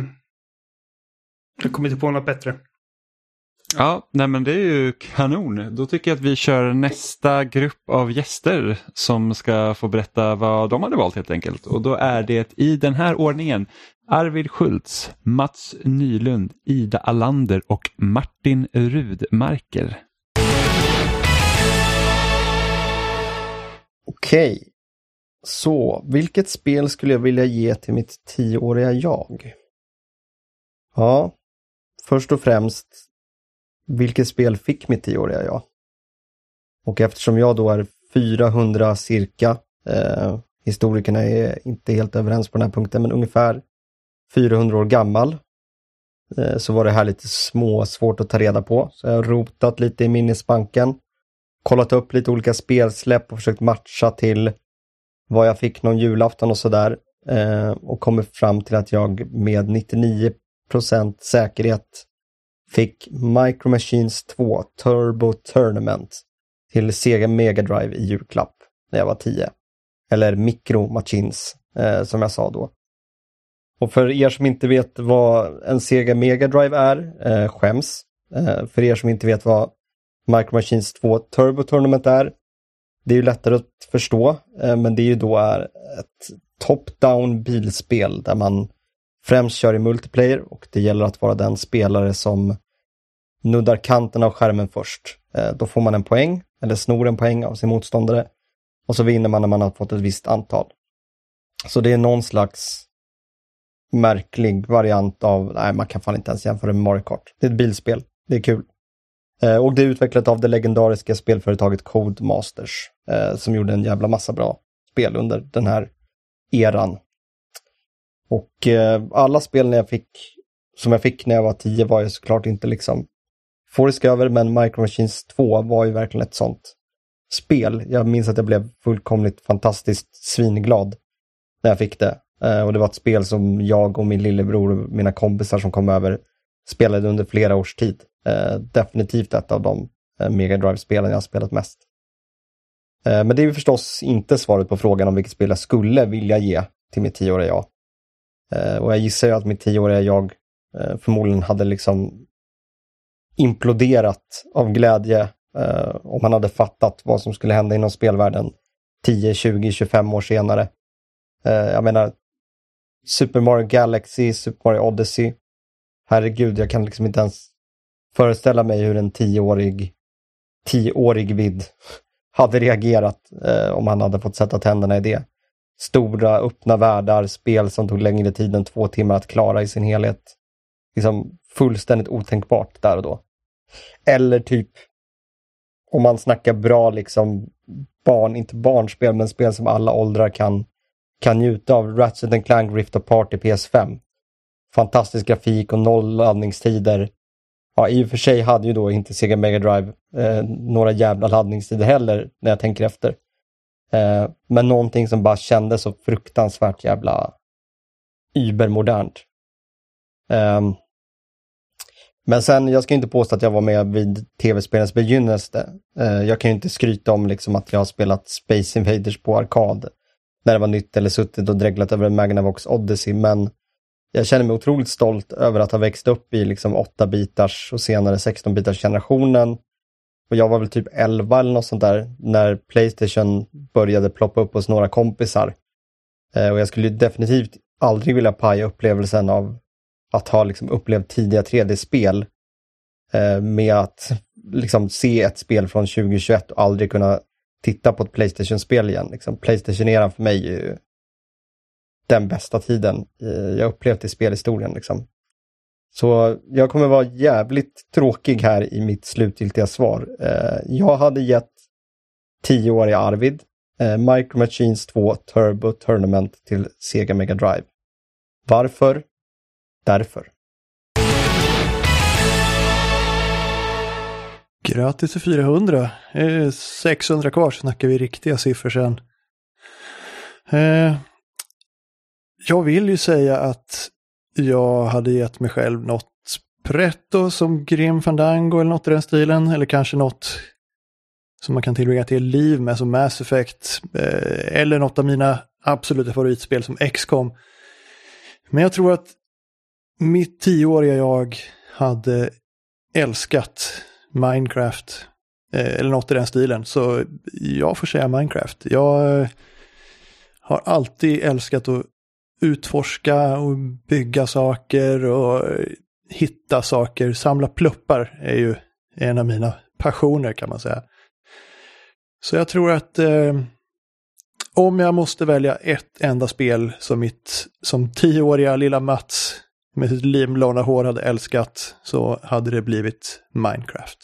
jag kommer inte på något bättre. Ja, nej men det är ju kanon. Då tycker jag att vi kör nästa grupp av gäster som ska få berätta vad de hade valt helt enkelt. Och då är det i den här ordningen Arvid Schultz, Mats Nylund, Ida Allander och Martin Rudmarker. Okej. Så, vilket spel skulle jag vilja ge till mitt 10-åriga jag? Ja, först och främst, vilket spel fick mitt 10-åriga jag? Och eftersom jag då är 400 cirka, historikerna är inte helt överens på den här punkten, men ungefär 400 år gammal, så var det här lite svårt att ta reda på. Så jag har rotat lite i minnesbanken, kollat upp lite olika spelsläpp och försökt matcha till vad jag fick någon julafton och sådär. Och kommit fram till att jag med 99% säkerhet fick Micro Machines 2 Turbo Tournament till Sega Mega Drive i julklapp när jag var 10. Eller Micro Machines som jag sa då. Och för er som inte vet vad en Sega Mega Drive är, skäms. För er som inte vet vad Micro Machines 2 Turbo Tournament är, det är ju lättare att förstå, men det är ju då ett top-down bilspel där man främst kör i multiplayer och det gäller att vara den spelare som nuddar kanten av skärmen först. Då får man en poäng, eller snor en poäng av sin motståndare och så vinner man när man har fått ett visst antal. Så det är någon slags märklig variant av, nej man kan fan inte ens jämföra med Mario Kart. Det är ett bilspel, det är kul. Och det är utvecklat av det legendariska spelföretaget Codemasters som gjorde en jävla massa bra spel under den här eran. Och alla spel som jag fick när jag var 10 var ju såklart inte liksom forisk över, men Micro Machines 2 var ju verkligen ett sånt spel. Jag minns att jag blev fullkomligt fantastiskt svinglad när jag fick det. Och det var ett spel som jag och min lillebror och mina kompisar som kom över spelade under flera års tid. Definitivt ett av de Mega Drive-spelen jag har spelat mest. Men det är ju förstås inte svaret på frågan om vilket spel jag skulle vilja ge till mitt 10-åriga jag. Och jag gissar ju att mitt 10-åriga jag förmodligen hade liksom imploderat av glädje om han hade fattat vad som skulle hända inom spelvärlden 10, 20, 25 år senare. Jag menar Super Mario Galaxy, Super Mario Odyssey. Herregud, jag kan liksom inte ens föreställa mig hur en 10-årig vid hade reagerat om han hade fått sätta tänderna i det. Stora öppna världar, spel som tog längre tid än 2 timmar att klara i sin helhet. Liksom fullständigt otänkbart där och då. Eller typ om man snackar bra liksom inte barnspel men spel som alla åldrar kan njuta av. Ratchet & Clank Rift Apart i PS5. Fantastisk grafik och 0 laddningstider. Ja, i och för sig hade ju då inte Sega Mega Drive några jävla laddningstider heller när jag tänker efter. Men någonting som bara kändes så fruktansvärt jävla übermodernt. Men sen, jag ska inte påstå att jag var med vid tv-spelens begynnelse. Jag kan ju inte skryta om liksom att jag har spelat Space Invaders på arkad när det var nytt eller suttit och dreglat över en Magnavox Odyssey, men jag känner mig otroligt stolt över att ha växt upp i liksom 8-bitars och senare 16-bitars generationen. Och jag var väl typ 11 eller något sånt där när PlayStation började ploppa upp hos några kompisar. Och jag skulle definitivt aldrig vilja paja upplevelsen av att ha liksom upplevt tidiga 3D-spel med att liksom se ett spel från 2021 och aldrig kunna titta på ett PlayStation-spel igen. Liksom, PlayStation-eran för mig är ju den bästa tiden jag upplevt i spelhistorien. Liksom. Så jag kommer vara jävligt tråkig här i mitt slutgiltiga svar. Jag hade gett 10-åriga Arvid Micro Machines 2 Turbo Tournament till Sega Mega Drive. Varför? Därför. Grattis till 400. 600 kvar, snackar vi riktiga siffror sen. Jag vill ju säga att jag hade gett mig själv något pretto som Grim Fandango eller något i den stilen. Eller kanske något som man kan tillbringa till liv med som Mass Effect. Eller något av mina absoluta favoritspel som XCOM. Men jag tror att mitt 10-åriga jag hade älskat Minecraft. Eller något i den stilen. Så jag får säga Minecraft. Jag har alltid älskat att utforska och bygga saker och hitta saker. Samla pluppar är ju en av mina passioner kan man säga. Så jag tror att om jag måste välja ett enda spel som 10-åriga lilla Mats med sitt livlånga hår hade älskat, så hade det blivit Minecraft.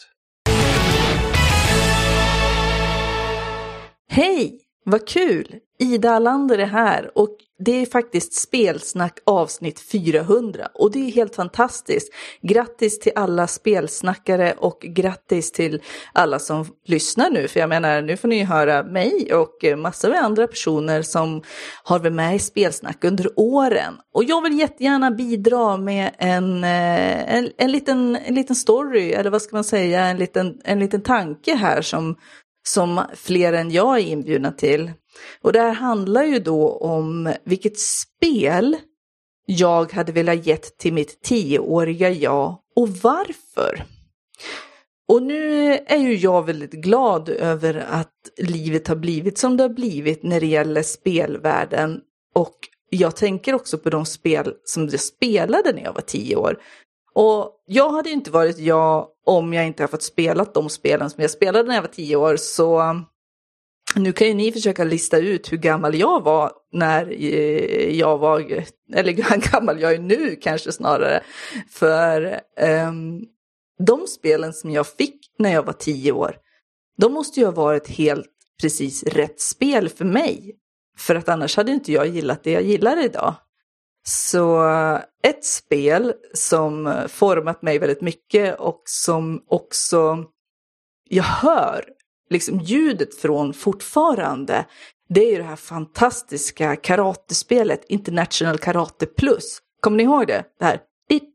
Hej, vad kul! Ida Allander är här och det är faktiskt Spelsnack avsnitt 400 och det är helt fantastiskt. Grattis till alla spelsnackare och grattis till alla som lyssnar nu. För jag menar, nu får ni höra mig och massor med andra personer som har varit med i Spelsnack under åren. Och jag vill jättegärna bidra med en liten story, eller vad ska man säga, en liten tanke här som fler än jag är inbjudna till. Och det här handlar ju då om vilket spel jag hade velat gett till mitt 10-åriga jag och varför. Och nu är ju jag väldigt glad över att livet har blivit som det har blivit när det gäller spelvärlden. Och jag tänker också på de spel som jag spelade när jag var 10 år. Och jag hade inte varit jag om jag inte har fått spela de spelen som jag spelade när jag var 10 år. Så nu kan ju ni försöka lista ut hur gammal jag var när jag var, eller hur gammal jag är nu kanske snarare. För de spelen som jag fick när jag var 10 år, de måste ju ha varit helt precis rätt spel för mig. För att annars hade inte jag gillat det jag gillar idag. Så ett spel som format mig väldigt mycket och som också jag hör liksom ljudet från fortfarande, det är ju det här fantastiska karatespelet International Karate Plus. Kommer ni ihåg det? Det här.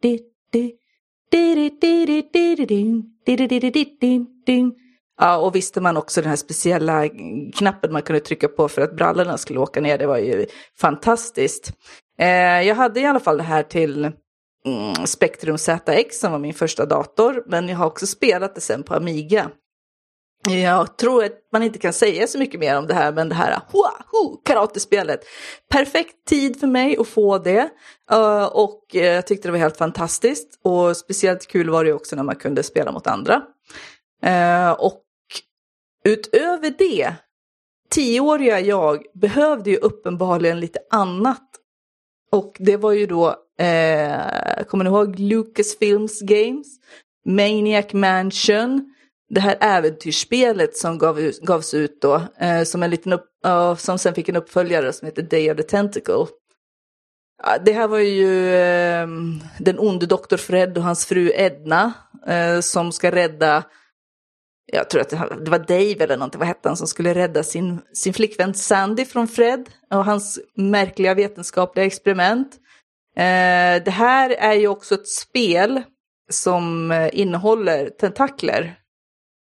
Ja, och visste man också den här speciella knappen man kunde trycka på för att brallorna skulle åka ner. Det var ju fantastiskt. Jag hade i alla fall det här till Spectrum ZX som var min första dator. Men jag har också spelat det sen på Amiga. Jag tror att man inte kan säga så mycket mer om det här. Men det här karatespelet. Perfekt tid för mig att få det. Och jag tyckte det var helt fantastiskt. Och speciellt kul var det också när man kunde spela mot andra. Och utöver det, 10-åriga jag behövde ju uppenbarligen lite annat. Och det var ju då, kommer ni ihåg Lucasfilms Games, Maniac Mansion, det här äventyrsspelet som gavs ut då, som sen fick en uppföljare som heter Day of the Tentacle. Det här var ju den onde Dr. Fred och hans fru Edna som ska rädda, jag tror att det var Dave eller någonting, vad hette han, som skulle rädda sin flickvän Sandy från Fred och hans märkliga vetenskapliga experiment. Det här är ju också ett spel som innehåller tentakler.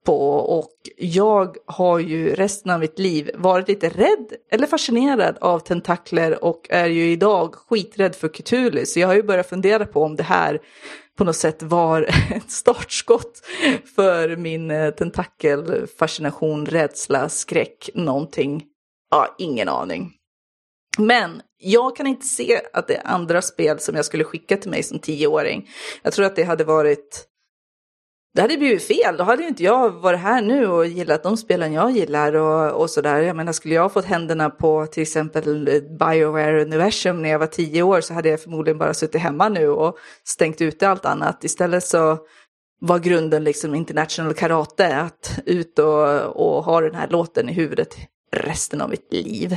på, och jag har ju resten av mitt liv varit lite rädd eller fascinerad av tentakler och är ju idag skiträdd för Cthulhu. Så jag har ju börjat fundera på om det här på något sätt var ett startskott för min tentakelfascination, rädsla, skräck, någonting. Ja, ingen aning. Men jag kan inte se att det är andra spel som jag skulle skicka till mig som 10-åring. Jag tror att det hade blivit fel. Då hade ju inte jag varit här nu och gillat de spelen jag gillar och sådär. Jag menar, skulle jag ha fått händerna på till exempel BioWare Universum när jag var 10 år, så hade jag förmodligen bara suttit hemma nu och stängt ute allt annat. Istället så var grunden liksom international karate, att ut och ha den här låten i huvudet resten av mitt liv.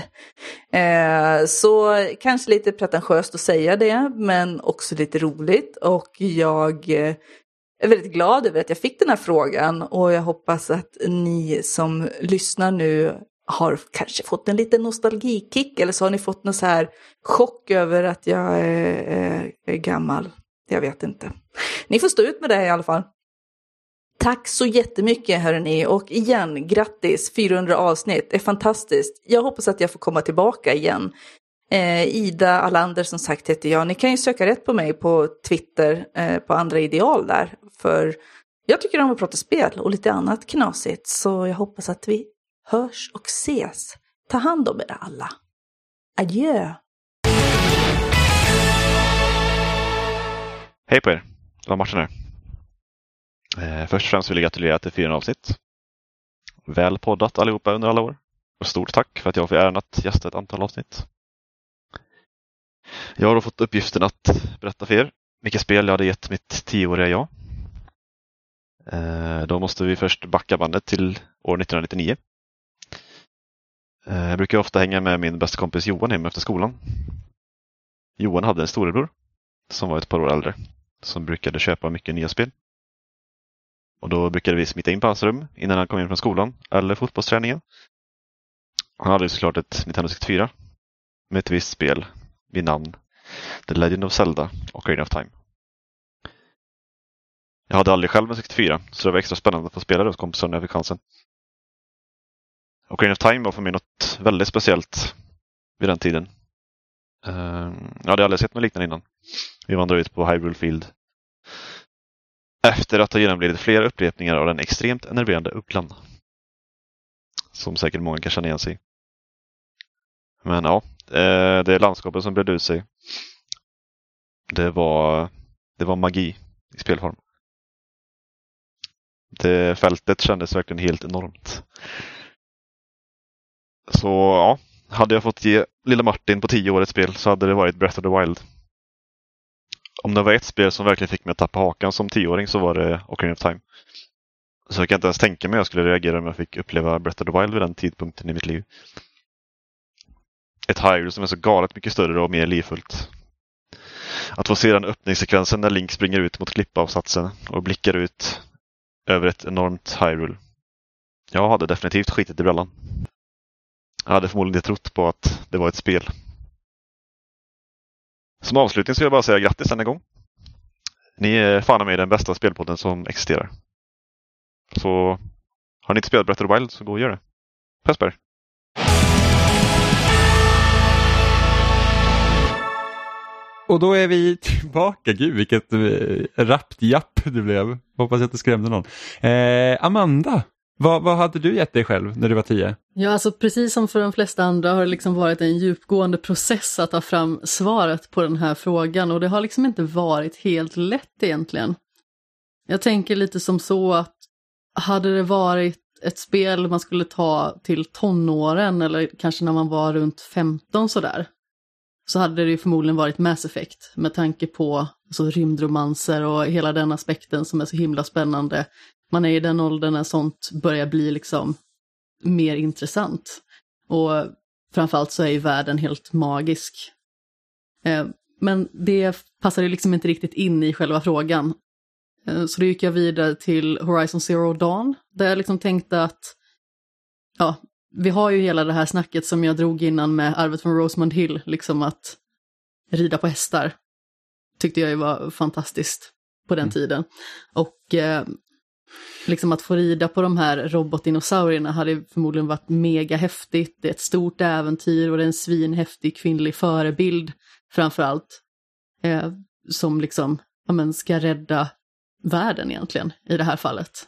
Så kanske lite pretentiöst att säga det, men också lite roligt. Och jag är väldigt glad över att jag fick den här frågan, och jag hoppas att ni som lyssnar nu har kanske fått en liten nostalgikick, eller så har ni fått någon så här chock över att jag är gammal. Jag vet inte. Ni får stå ut med det i alla fall. Tack så jättemycket hörni, och igen, grattis, 400 avsnitt, det är fantastiskt. Jag hoppas att jag får komma tillbaka igen. Ida Allander som sagt heter jag. Ni kan ju söka rätt på mig på Twitter, på andra ideal där. För jag tycker om att prata spel och lite annat knasigt. Så jag hoppas att vi hörs och ses. Ta hand om er alla. Adjö. Hej på er, det var Martin här. Först och främst vill jag gratulera till 400 avsnitt. Väl poddat allihopa under alla år. Och stort tack för att jag får äran att gästa ett antal avsnitt. Jag har då fått uppgiften att berätta för er vilka spel jag hade gett mitt 10-åriga jag. Då måste vi först backa bandet till år 1999. Jag brukar ofta hänga med min bästa kompis Johan hem efter skolan. Johan hade en storebror som var ett par år äldre, som brukade köpa mycket nya spel. Och då brukade vi smita in på hans rum innan han kom in från skolan eller fotbollsträningen. Han hade ju såklart ett Nintendo 64 med ett visst spel vid namn The Legend of Zelda och Ocarina of Time. Jag hade aldrig själv en 64, så det var extra spännande att få spela det hos kompisar när jag fick chansen. Ocarina of Time var för mig något väldigt speciellt vid den tiden. Jag hade aldrig sett något liknande innan. Vi vandrade ut på Hyrule Field efter att ha genomlidit flera upprepningar av den extremt enerverande ugglan. Som säkert många kan känna igen sig. Men ja, det landskapet som bredde ut sig, det var magi i spelform. Det fältet kändes verkligen helt enormt. Så ja, hade jag fått ge lilla Martin på 10 år ett spel så hade det varit Breath of the Wild. Om det var ett spel som verkligen fick mig att tappa hakan som 10-åring så var det Ocarina of Time. Så jag kan inte ens tänka mig att jag skulle reagera om jag fick uppleva Breath of the Wild vid den tidpunkten i mitt liv. Ett Hyrule som är så galet mycket större och mer livfullt. Att få se den öppningssekvensen när Link springer ut mot klippavsatsen och blickar ut över ett enormt Hyrule. Jag hade definitivt skitit i brallan. Jag hade förmodligen inte trott på att det var ett spel. Som avslutning så vill jag bara säga grattis än en gång. Ni är fan med den bästa spelpodden som existerar. Så har ni inte spelat Breath of the Wild så gå och gör det. Puss på er. Och då är vi tillbaka. Gud, vilket rappt japp det blev. Hoppas jag inte skrämde någon. Amanda, vad hade du gett dig själv när du var 10? Ja, alltså precis som för de flesta andra har det liksom varit en djupgående process att ta fram svaret på den här frågan. Och det har liksom inte varit helt lätt egentligen. Jag tänker lite som så att hade det varit ett spel man skulle ta till tonåren eller kanske när man var runt 15 sådär, så hade det ju förmodligen varit Mass Effect med tanke på alltså, rymdromanser och hela den aspekten som är så himla spännande. Man är i den åldern när sånt börjar bli liksom mer intressant. Och framförallt så är ju världen helt magisk. Men det passar ju liksom inte riktigt in i själva frågan. Så då gick jag vidare till Horizon Zero Dawn. Där jag liksom tänkte att ja, vi har ju hela det här snacket som jag drog innan med arvet från Rosamund Hill. Liksom att rida på hästar. Tyckte jag ju var fantastiskt på den tiden. Och Liksom att få rida på de här robotdinosaurierna hade förmodligen varit mega häftigt. Det är ett stort äventyr och det är en svinhäftig kvinnlig förebild framförallt. Som liksom ska rädda världen egentligen i det här fallet.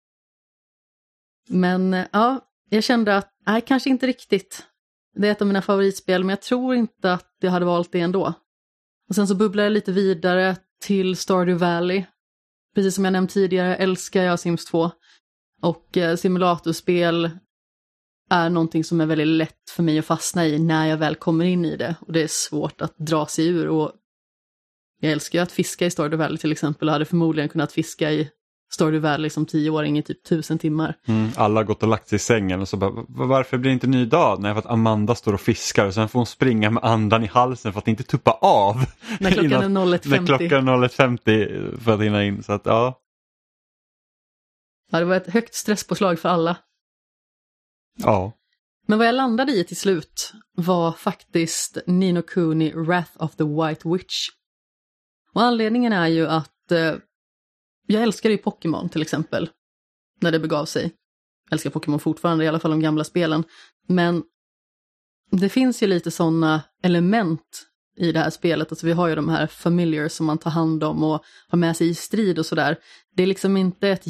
Men ja, jag kände att nej, kanske inte riktigt. Det är ett av mina favoritspel, men jag tror inte att jag hade valt det ändå. Och sen så bubblar jag lite vidare till Stardew Valley. Precis som jag nämnt tidigare älskar jag Sims 2. Och simulatorspel är någonting som är väldigt lätt för mig att fastna i när jag väl kommer in i det. Och det är svårt att dra sig ur. Och jag älskar ju att fiska i Stardew Valley till exempel. Och hade förmodligen kunnat fiska i Stardew Valley som 10-åring i typ 1000 timmar. Alla har gått och lagt sig i sängen och så bara, varför blir det inte ny dag? Nej, för att Amanda står och fiskar och sen får hon springa med andan i halsen för att inte tuppa av. När klockan är 01.50. När klockan är 01.50 för att hinna in. Så att, ja. Ja, det var ett högt stresspåslag för alla. Ja. Men vad jag landade i till slut var faktiskt Ni no Kuni Wrath of the White Witch. Och anledningen är ju att jag älskar ju Pokémon till exempel. När det begav sig. Jag älskar Pokémon fortfarande, i alla fall de gamla spelen. Men det finns ju lite sådana element i det här spelet. Alltså vi har ju de här familiars som man tar hand om och har med sig i strid och sådär. Det är liksom inte ett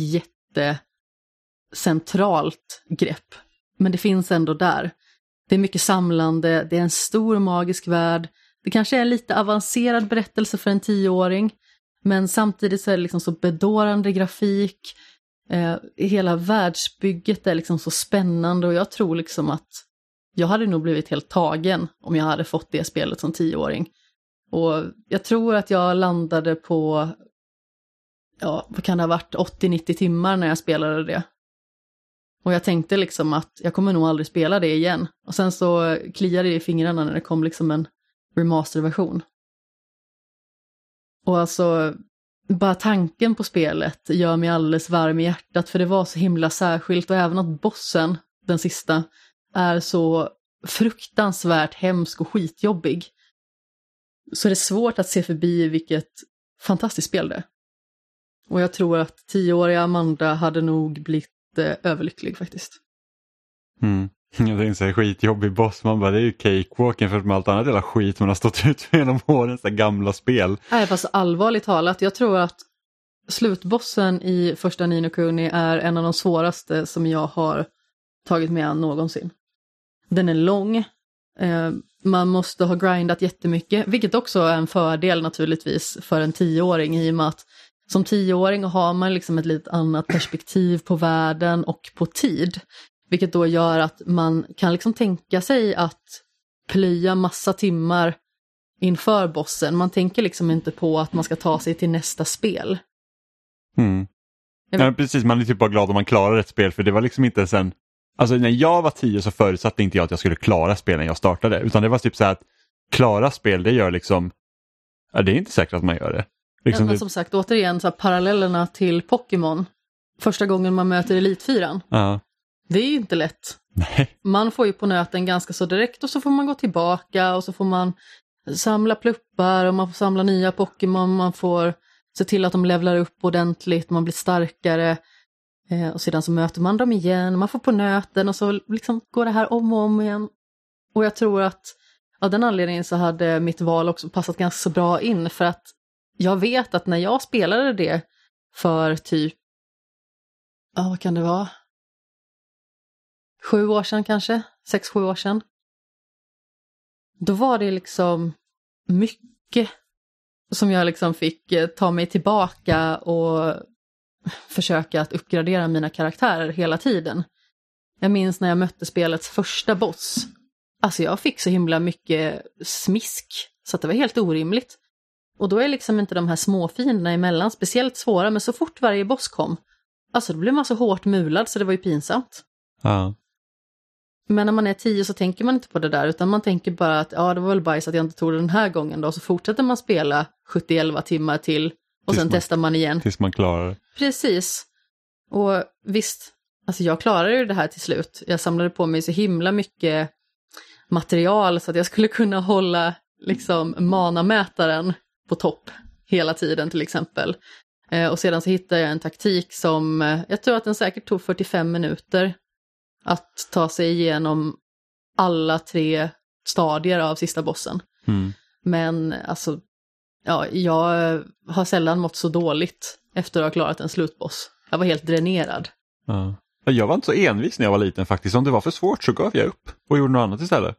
jättecentralt grepp. Men det finns ändå där. Det är mycket samlande, det är en stor magisk värld. Det kanske är en lite avancerad berättelse för en 10-åring. Men samtidigt så är det liksom så bedårande grafik. Hela världsbygget är liksom så spännande. Och jag tror liksom att jag hade nog blivit helt tagen om jag hade fått det spelet som 10-åring. Och jag tror att jag landade på, ja, vad kan det ha varit, 80-90 timmar när jag spelade det. Och jag tänkte liksom att jag kommer nog aldrig spela det igen. Och sen så kliade det i fingrarna när det kom liksom en remasterversion. Och alltså, bara tanken på spelet gör mig alldeles varm i hjärtat. För det var så himla särskilt. Och även att bossen, den sista, är så fruktansvärt hemsk och skitjobbig. Så det är svårt att se förbi vilket fantastiskt spel det är. Och jag tror att 10-åriga Amanda hade nog blivit överlycklig faktiskt. Jag tänkte säga skitjobbig boss. Man bara, det är ju cakewalken för med allt annat jävla skit man har stått ut med genom åren, så gamla spel. Nej, fast allvarligt talat, jag tror att slutbossen i första Ni no Kuni är en av de svåraste som jag har tagit med någonsin. Den är lång. Man måste ha grindat jättemycket, vilket också är en fördel naturligtvis för en 10-åring, i och med att som 10-åring har man liksom ett lite annat perspektiv på världen och på tid. Vilket då gör att man kan liksom tänka sig att plöja massa timmar inför bossen. Man tänker liksom inte på att man ska ta sig till nästa spel. Ja, precis, man är typ bara glad om man klarar ett spel, för det var liksom inte sen. Alltså när jag var 10 så förutsatte inte jag att jag skulle klara spelen jag startade. Utan det var typ så här att klara spel, det gör liksom, ja, det är inte säkert att man gör det. Liksom men som sagt, återigen så här, parallellerna till Pokémon. Första gången man möter Elitfyran. Ja. Det är ju inte lätt. Nej. Man får ju på nöten ganska så direkt och så får man gå tillbaka och så får man samla pluppar och man får samla nya Pokémon. Man får se till att de levlar upp ordentligt, man blir starkare. Och sedan så möter man dem igen, man får på nöten och så liksom går det här om och om igen. Och jag tror att av den anledningen så hade mitt val också passat ganska så bra in, för att jag vet att när jag spelade det för typ, vad kan det vara? 7 år sedan kanske? 6-7 år sedan. Då var det liksom mycket som jag liksom fick ta mig tillbaka och försöka att uppgradera mina karaktärer hela tiden. Jag minns när jag mötte spelets första boss. Alltså jag fick så himla mycket smisk så att det var helt orimligt. Och då är liksom inte de här små fienderna emellan speciellt svåra, men så fort varje boss kom, alltså då blev man så hårt mulad så det var ju pinsamt. Ja. Men när man är 10 så tänker man inte på det där, utan man tänker bara att ja, det var väl bajs att jag inte tog det den här gången då. Så fortsätter man spela 70-11 timmar till och sen testar man igen. Tills man klarar det. Precis. Och visst, alltså jag klarade ju det här till slut. Jag samlade på mig så himla mycket material så att jag skulle kunna hålla liksom manamätaren på topp hela tiden till exempel. Och sedan så hittade jag en taktik som, jag tror att den säkert tog 45 minuter att ta sig igenom alla 3 stadier av sista bossen. Men alltså, ja, jag har sällan mått så dåligt efter att ha klarat en slutboss. Jag var helt dränerad. Ja. Jag var inte så envis när jag var liten faktiskt. Om det var för svårt så gav jag upp och gjorde något annat istället.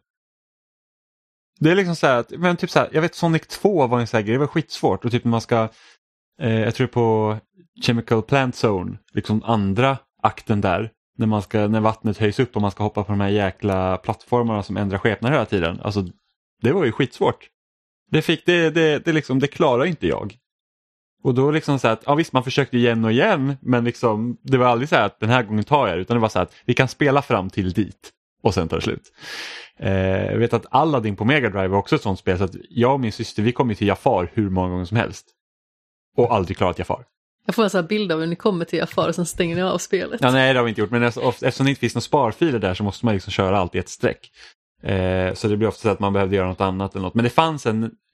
Det är liksom så här att, men typ så här, jag vet Sonic 2 var en sån här grej, det var skitsvårt. Och typ när man ska, jag tror på Chemical Plant Zone, liksom andra akten där. När vattnet höjs upp och man ska hoppa på de här jäkla plattformarna som ändrar skepnad hela tiden. Alltså, det var ju skitsvårt. Det klarar inte jag. Och då liksom så att, ja visst man försökte igen och igen, men liksom det var aldrig så här att den här gången tar jag, utan det var så här att vi kan spela fram till dit och sen tar det slut. Jag vet att Aladdin på Mega Drive var också ett sånt spel, så att jag och min syster, vi kom ju till Jafar hur många gånger som helst. Och aldrig klarat Jafar. Jag får en sån här bild av hur ni kommer till Jafar och sen stänger ni av spelet. Ja, nej det har vi inte gjort, men eftersom det inte finns några sparfiler där så måste man liksom köra allt i ett streck. Så det blir ofta så att man behövde göra något annat eller något. Men det fanns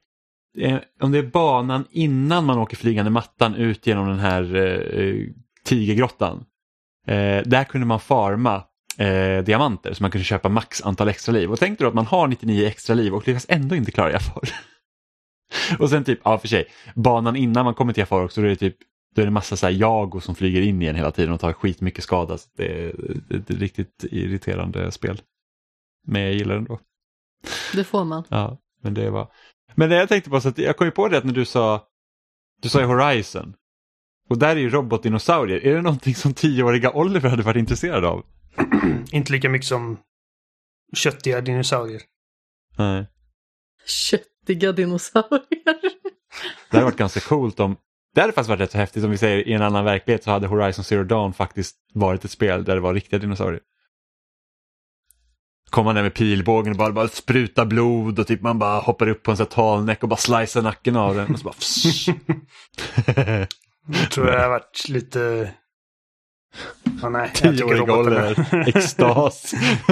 om det är banan innan man åker flygande mattan ut genom den här tigergrottan. Där kunde man farma diamanter så man kunde köpa max antal extra liv. Och tänkte då att man har 99 extra liv och lyckas ändå inte klara Jafar. Och sen typ, ja för sig, banan innan man kommer till Jafar också, då är det en massa så här jago som flyger in igen hela tiden och tar skitmycket skada. Så det är ett riktigt irriterande spel. Men jag gillar det ändå. Det får man. Ja, men det var... Men det jag tänkte på, så att jag kom ju på det att när du sa ju Horizon. Och där är ju robotdinosaurier. Är det någonting som 10-åriga Oliver hade varit intresserad av? Inte lika mycket som köttiga dinosaurier. Nej. Köttiga dinosaurier. Det hade varit ganska coolt om... Det hade faktiskt varit rätt så häftigt om vi säger i en annan verklighet så hade Horizon Zero Dawn faktiskt varit ett spel där det var riktiga dinosaurier. Kommer man där med pilbågen och bara spruta blod och typ man bara hoppar upp på en sån här talnäck och bara slicear nacken av den och så bara Jag tror det har varit lite... Oh, nej, 10-åriga Oliver. Extas.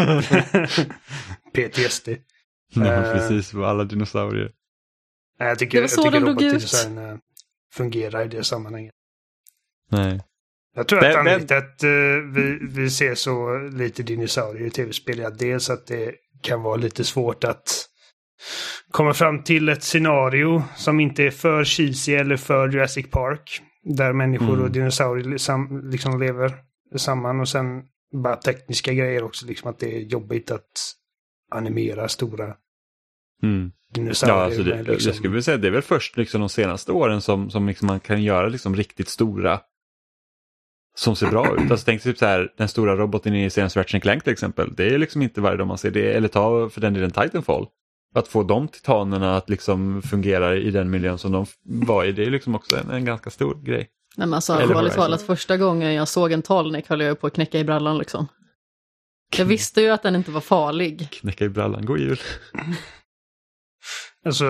PTSD. Ja, precis. För alla dinosaurier. Jag tycker robotdinosaurierna fungerar i det sammanhanget. Nej. Jag tror att anledningen till att vi ser så lite dinosaurier i tv-spel är dels att det kan vara lite svårt att komma fram till ett scenario som inte är för cheesy eller för Jurassic Park. Där människor och dinosaurier liksom lever samman. Och sen bara tekniska grejer också. Liksom att det är jobbigt att animera stora dinosaurier. Ja, alltså det skulle vi säga, det är väl först liksom de senaste åren som liksom man kan göra liksom riktigt stora som ser bra ut. Alltså tänk typ så här, den stora roboten i senaste Ratchet & Clank till exempel. Det är liksom inte varje dag man ser det. Eller ta för den delen Titanfall. Att få de titanerna att liksom fungera i den miljön som de var i, det är liksom också en ganska stor grej. Nej men alltså, allvarligt talat, första gången jag såg en talnek höll jag på att knäcka i brallan liksom. Jag visste ju att den inte var farlig. Knäcka i brallan, god jul. Alltså,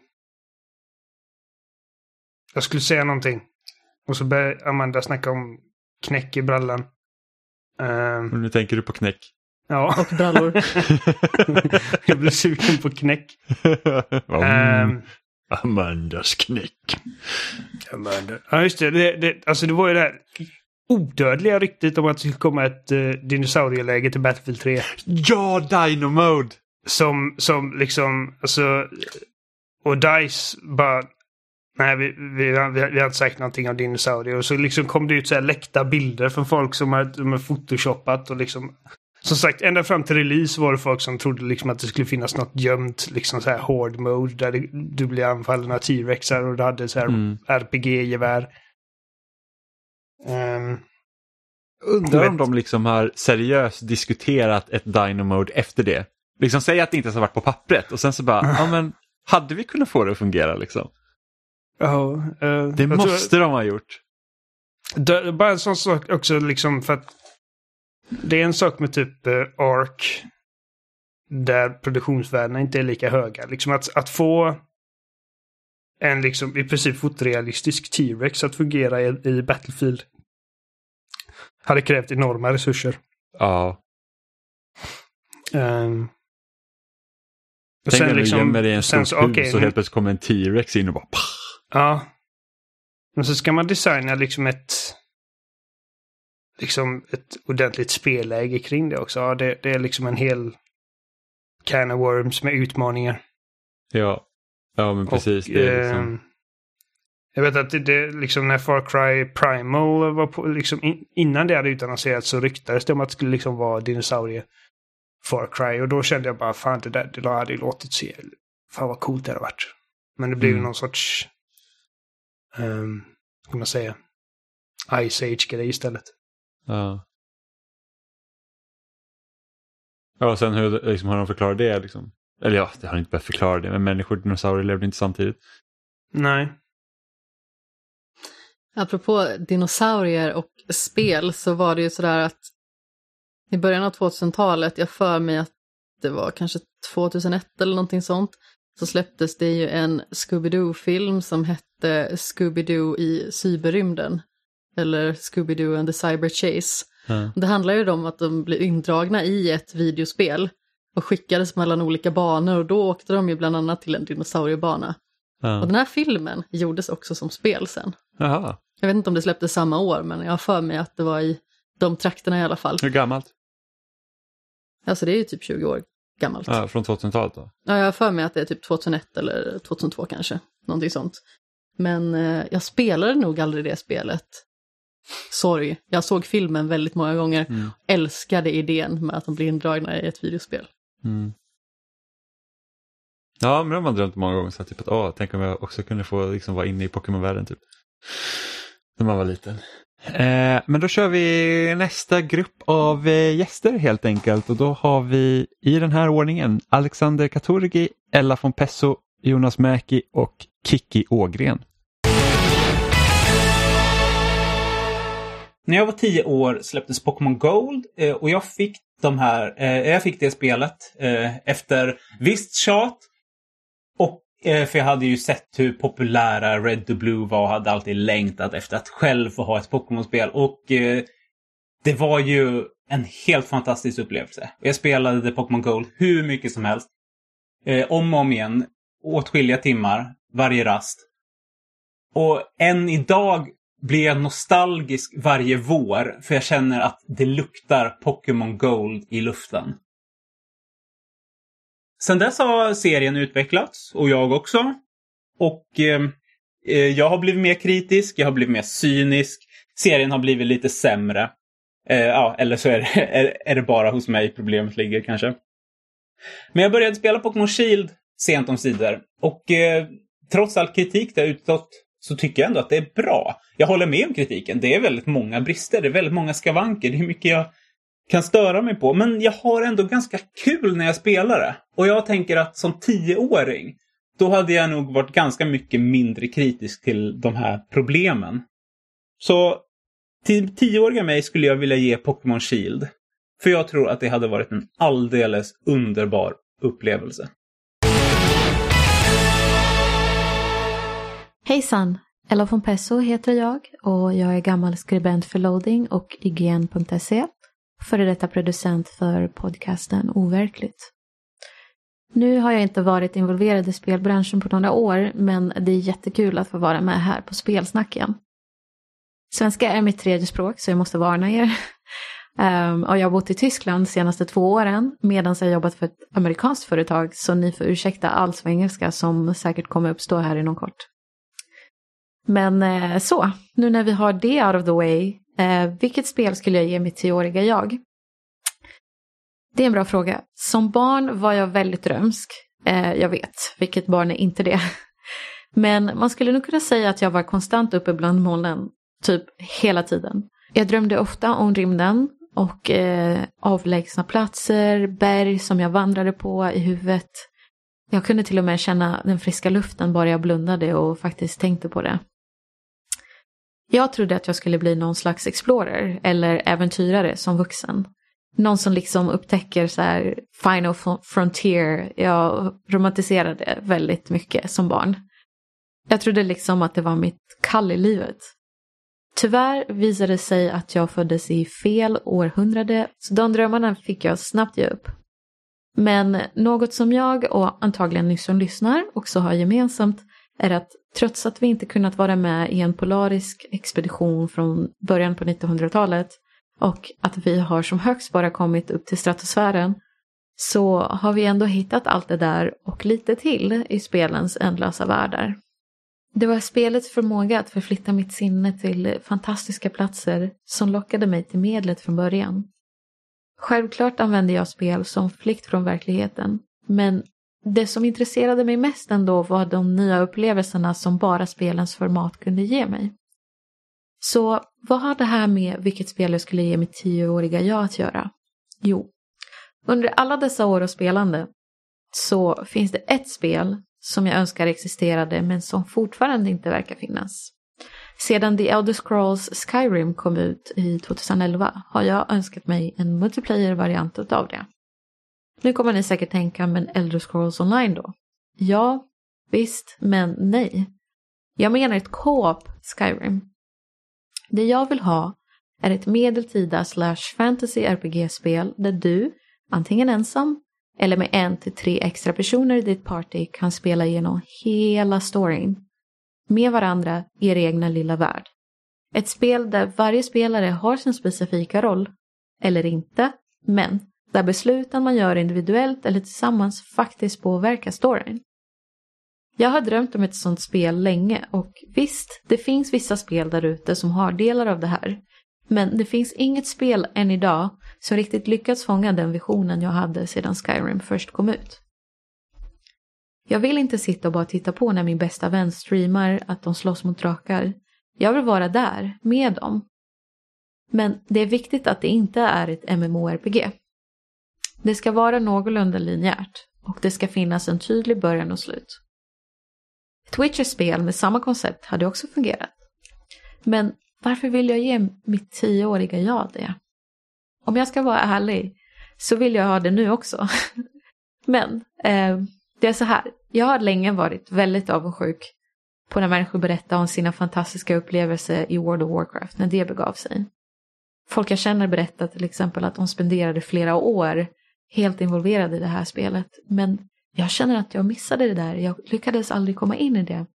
jag skulle säga någonting. Och så börjar Amanda snacka om knäck i brallan. Och nu tänker du på knäck. Ja. Och brallor. Jag blev sugen på knäck. Amandas knäck. Amanda. Ja, just det. Alltså det var ju det här odödliga ryktet om att det skulle komma ett dinosaurieläge till Battlefield 3. Ja, Dino Mode! Som liksom, alltså... Och DICE bara... Nej, vi har inte sagt någonting om dinosaurier. Och så liksom kom det ut så här läckta bilder från folk som har photoshoppat och liksom... Som sagt, ända fram till release var det folk som trodde liksom att det skulle finnas något gömt, liksom så här horde mode där du blir anfallen av T-rexar och du hade så här RPG-gevär. Undrar om de liksom har seriöst diskuterat ett Dino Mode efter det. Liksom säg att det inte har varit på pappret och sen så bara, ja men hade vi kunnat få det att fungera liksom? Det måste de ha gjort. Bara en sån sak också liksom för att det är en sak med typ Ark där produktionsvärdena inte är lika höga. Liksom att få en liksom i princip fotorealistisk T-Rex att fungera i Battlefield hade krävt enorma resurser. Ja. Och tänk sen när du liksom, gömmer dig i en stor hus så helt plötsligt kommer en T-Rex in och bara... Ja. Men så ska man designa liksom ett ordentligt spelläge kring det också. Ja, det är liksom en hel can of worms med utmaningar. Ja, men precis. Och, det är liksom... Jag vet att det liksom när Far Cry Primal var på, liksom innan det hade utannonserats så ryktades det om att det skulle liksom vara dinosaurie Far Cry. Och då kände jag bara, fan det hade ju låtit se. Fan vad coolt det hade varit. Men det blev ju någon sorts kan man säga Ice Age-grej istället. Ja. Ja, och sen hur liksom, har de förklarat det liksom? Eller ja, det har inte behövt förklara det, men människor och dinosaurier levde inte samtidigt. Nej. Apropå dinosaurier och spel så var det ju sådär att i början av 2000-talet, jag för mig att det var kanske 2001 eller någonting sånt, så släpptes det ju en Scooby-Doo-film som hette Scooby-Doo i cyberrymden. Eller Scooby-Doo and the Cyber Chase. Mm. Det handlar ju om att de blev indragna i ett videospel och skickades mellan olika banor, och då åkte de ju bland annat till en dinosauriebana. Mm. Och den här filmen gjordes också som spel sen. Jaha. Jag vet inte om det släpptes samma år, men jag har för mig att det var i de trakterna i alla fall. Hur gammalt? Alltså det är ju typ 20 år gammalt. Ja, från 2000-talet då? Ja, jag har för mig att det är typ 2001 eller 2002 kanske. Någonting sånt. Men jag spelade nog aldrig det spelet. Sorry, jag såg filmen väldigt många gånger. Älskade idén med att de blir indragna i ett videospel. Mm. Ja, men det har man drömt många gånger. Så typ att, tänk om jag också kunde få liksom, vara inne i Pokémon-världen typ. När man var liten. Men då kör vi nästa grupp av gäster helt enkelt. Och då har vi i den här ordningen Alexander Katurgi, Ella von Pesso, Jonas Mäki och Kiki Ågren. När jag var 10 år släpptes Pokémon Gold och jag fick det spelet efter visst tjat. Och för jag hade ju sett hur populära Red och Blue var och hade alltid längtat efter att själv få ha ett Pokémon-spel. Och det var ju en helt fantastisk upplevelse. Jag spelade Pokémon Gold hur mycket som helst. Om och om igen. Åtskilliga timmar. Varje rast. Och än idag blir jag nostalgisk varje vår. För jag känner att det luktar Pokémon Gold i luften. Sen dess har serien utvecklats. Och jag också. Och jag har blivit mer kritisk. Jag har blivit mer cynisk. Serien har blivit lite sämre. Eller så är det bara hos mig problemet ligger kanske. Men jag började spela Pokémon Shield sent om sidor. Och trots all kritik där utåt så tycker jag ändå att det är bra. Jag håller med om kritiken. Det är väldigt många brister. Det är väldigt många skavanker. Det är mycket jag kan störa mig på. Men jag har ändå ganska kul när jag spelar det. Och jag tänker att som 10-åring då hade jag nog varit ganska mycket mindre kritisk till de här problemen. Så till 10-åriga mig skulle jag vilja ge Pokémon Shield. För jag tror att det hade varit en alldeles underbar upplevelse. Hejsan! Ella von Pesso heter jag och jag är gammal skribent för Loading och IGN.se. Före detta producent för podcasten Overkligt. Nu har jag inte varit involverad i spelbranschen på några år, men det är jättekul att få vara med här på Spelsnack igen. Svenska är mitt 3:e språk så jag måste varna er. Och jag har bott i Tyskland de senaste 2 åren medan jag jobbat för ett amerikanskt företag, så ni får ursäkta allt på engelska som säkert kommer uppstå här inom kort. Men så, nu när vi har det out of the way, vilket spel skulle jag ge mitt 10-åriga jag? Det är en bra fråga. Som barn var jag väldigt drömsk. Jag vet, vilket barn är inte det. Men man skulle nog kunna säga att jag var konstant uppe bland molnen, typ hela tiden. Jag drömde ofta om rymden och avlägsna platser, berg som jag vandrade på i huvudet. Jag kunde till och med känna den friska luften bara jag blundade och faktiskt tänkte på det. Jag trodde att jag skulle bli någon slags explorer eller äventyrare som vuxen. Någon som liksom upptäcker så här Final Frontier. Jag romantiserade väldigt mycket som barn. Jag trodde liksom att det var mitt kall i livet. Tyvärr visade det sig att jag föddes i fel århundrade, så de drömmarna fick jag snabbt ge upp. Men något som jag och antagligen ni som lyssnar också har gemensamt är att trots att vi inte kunnat vara med i en polarisk expedition från början på 1900-talet och att vi har som högst bara kommit upp till stratosfären, så har vi ändå hittat allt det där och lite till i spelens ändlösa världar. Det var spelets förmåga att förflytta mitt sinne till fantastiska platser som lockade mig till medlet från början. Självklart använde jag spel som flykt från verkligheten, men det som intresserade mig mest ändå var de nya upplevelserna som bara spelens format kunde ge mig. Så vad har det här med vilket spel jag skulle ge mitt 10-åriga jag att göra? Jo, under alla dessa år av spelande så finns det ett spel som jag önskar existerade men som fortfarande inte verkar finnas. Sedan The Elder Scrolls Skyrim kom ut i 2011 har jag önskat mig en multiplayer-variant av det. Nu kommer ni säkert tänka, men Elder Scrolls Online då? Ja, visst, men nej. Jag menar ett co-op Skyrim. Det jag vill ha är ett medeltida /fantasy RPG-spel där du, antingen ensam eller med 1 till 3 extra personer i ditt party, kan spela igenom hela storyn med varandra i er egna lilla värld. Ett spel där varje spelare har sin specifika roll, eller inte, men där besluten man gör individuellt eller tillsammans faktiskt påverkar storyn. Jag har drömt om ett sånt spel länge och visst, det finns vissa spel där ute som har delar av det här. Men det finns inget spel än idag som riktigt lyckats fånga den visionen jag hade sedan Skyrim först kom ut. Jag vill inte sitta och bara titta på när min bästa vän streamar att de slåss mot drakar. Jag vill vara där, med dem. Men det är viktigt att det inte är ett MMORPG. Det ska vara någorlunda linjärt och det ska finnas en tydlig början och slut. Ett Witcher-spel med samma koncept hade också fungerat. Men varför vill jag ge mitt 10-åriga jag det? Om jag ska vara ärlig så vill jag ha det nu också. Men det är så här. Jag har länge varit väldigt avundsjuk på när människor berättar om sina fantastiska upplevelser i World of Warcraft när det begav sig. Folk jag känner berättar till exempel att de spenderade flera år helt involverade i det här spelet. Men jag känner att jag missade det där. Jag lyckades aldrig komma in i det.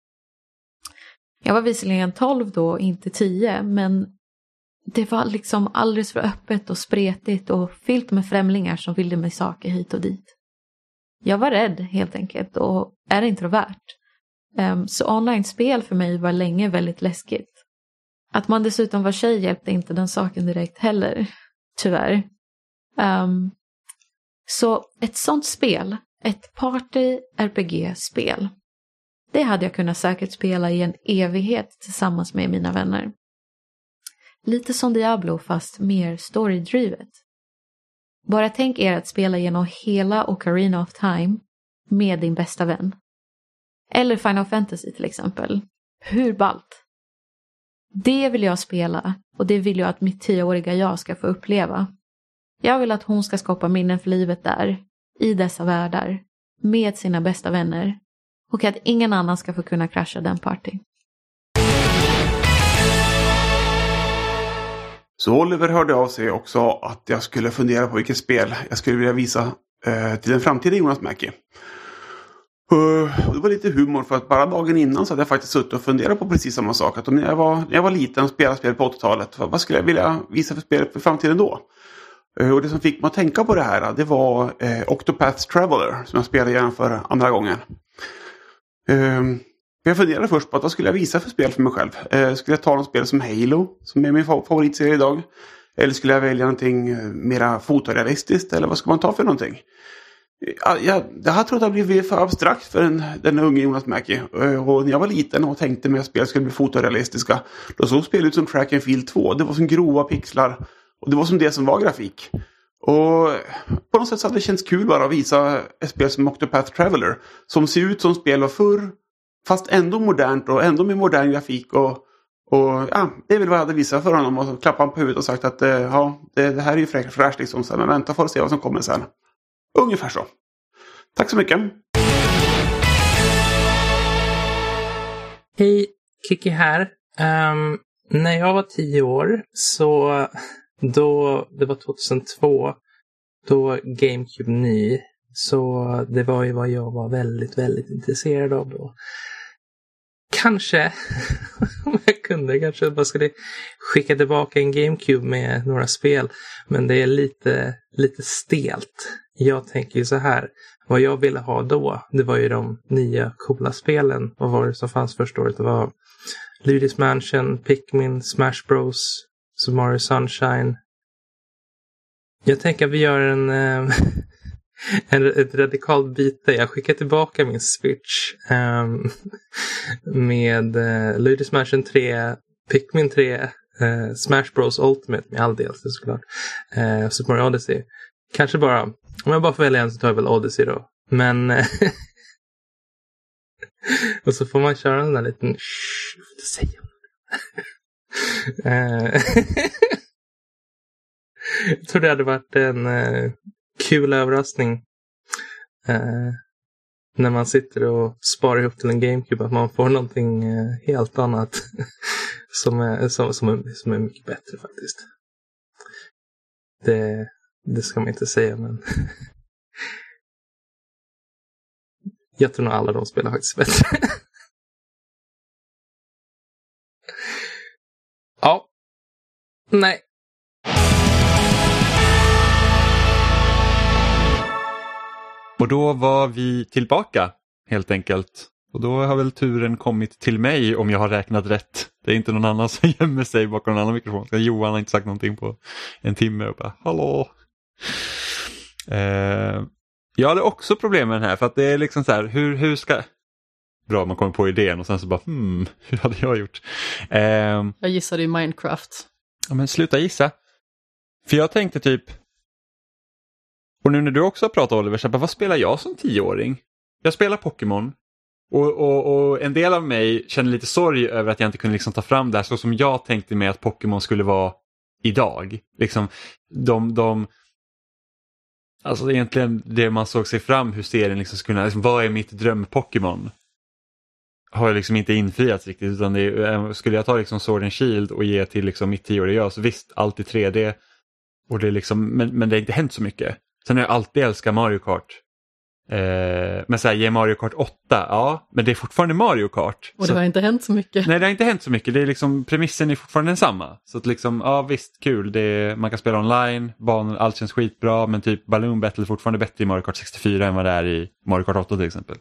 Jag var visserligen 12 då, inte 10. Men det var liksom alldeles för öppet och spretigt och fyllt med främlingar som ville mig saker hit och dit. Jag var rädd helt enkelt och är introvert. Så online-spel för mig var länge väldigt läskigt. Att man dessutom var tjej hjälpte inte den saken direkt heller. Tyvärr. Så ett sånt spel, ett party-RPG-spel, det hade jag kunnat säkert spela i en evighet tillsammans med mina vänner. Lite som Diablo fast mer storydrivet. Bara tänk er att spela genom hela Ocarina of Time med din bästa vän. Eller Final Fantasy till exempel. Hur ballt? Det vill jag spela och det vill jag att mitt 10-åriga jag ska få uppleva. Jag vill att hon ska skapa minnen för livet där, i dessa världar, med sina bästa vänner. Och att ingen annan ska få kunna krascha den party. Så Oliver hörde av sig också att jag skulle fundera på vilket spel jag skulle vilja visa till den framtida Jonas Mäki. Och det var lite humor för att bara dagen innan så hade jag faktiskt suttit och funderat på precis samma sak. Att när jag var liten och spelade spel på 80-talet, vad skulle jag vilja visa för spel för framtiden då? Och det som fick mig att tänka på det här, det var Octopath Traveler som jag spelade igen för andra gången. Jag funderade först på att vad skulle jag visa för spel för mig själv? Skulle jag ta något spel som Halo, som är min favoritserie idag? Eller skulle jag välja någonting mera fotorealistiskt? Eller vad ska man ta för någonting? Jag har trott att det blivit för abstrakt för den unge Jonas Mäki. Och när jag var liten och tänkte mig att spel skulle bli fotorealistiska, då såg spel ut som Track and Field 2. Det var som grova pixlar. Och det var som det som var grafik. Och på något sätt så hade det känts kul bara att visa ett spel som Octopath Traveler. Som ser ut som spel av förr. Fast ändå modernt och ändå med modern grafik. Och ja, det är väl vad jag hade visat för honom. Och klappat honom på huvudet och sagt att det här är ju fräscht liksom. Men vänta för att se vad som kommer sen. Ungefär så. Tack så mycket. Hej, Kiki här. När jag var 10 år så det var 2002, då GameCube ny. Så det var ju vad jag var väldigt, väldigt intresserad av då. kanske om jag kunde kanske bara skulle skicka tillbaka en GameCube med några spel. Men det är lite stelt. Jag tänker ju så här. Vad jag ville ha då, det var ju de nya coola spelen. Vad var det som fanns första året? Det var Luigi's Mansion, Pikmin, Smash Bros, Super Mario Sunshine. Jag tänker att vi gör ett radikalt byte. Jag skickar tillbaka min Switch med Luigi's Mansion 3, Pikmin 3, Smash Bros Ultimate med all del såklart. Super Mario Odyssey. Kanske bara, om jag bara får välja en så tar jag väl Odyssey då. Men och så får man köra den där liten säga. Jag tror det hade varit en kul överraskning när man sitter och sparar ihop till en GameCube, att man får någonting helt annat som är mycket bättre faktiskt. Det ska man inte säga, men jag tror nog alla de spelar faktiskt bättre. Ja. Nej. Och då var vi tillbaka helt enkelt. Och då har väl turen kommit till mig om jag har räknat rätt. Det är inte någon annan som gömmer sig bakom någon annan mikrofon. Johan har inte sagt någonting på en timme och bara hallå. Jag hade också problem med den här för att det är liksom så här, hur ska... Bra, man kommer på idén och sen så bara hur hade jag gjort? Jag gissade i Minecraft. Ja, men sluta gissa. För jag tänkte typ, och nu när du också har pratat Oliver, så bara, vad spelar jag som 10-åring? Jag spelar Pokémon. Och en del av mig känner lite sorg över att jag inte kunde liksom ta fram det här så som jag tänkte mig att Pokémon skulle vara idag. Liksom, alltså egentligen det man såg sig fram, hur serien liksom skulle, liksom, vad är mitt dröm-Pokémon? Har jag liksom inte infriats riktigt, utan skulle jag ta liksom Sword and Shield och ge till liksom mitt 10-åriga jag, så visst, allt i 3D och det är liksom, men det har inte hänt så mycket. Sen har jag alltid älskat Mario Kart. Men så här, ge Mario Kart 8, ja, men det är fortfarande Mario Kart. Och det har inte hänt så mycket. Nej, det har inte hänt så mycket. Det är liksom, premissen är fortfarande densamma. Så att liksom, ja visst, kul. Man kan spela online, allt känns skitbra, men typ Balloon Battle är fortfarande bättre i Mario Kart 64 än vad det är i Mario Kart 8 till exempel.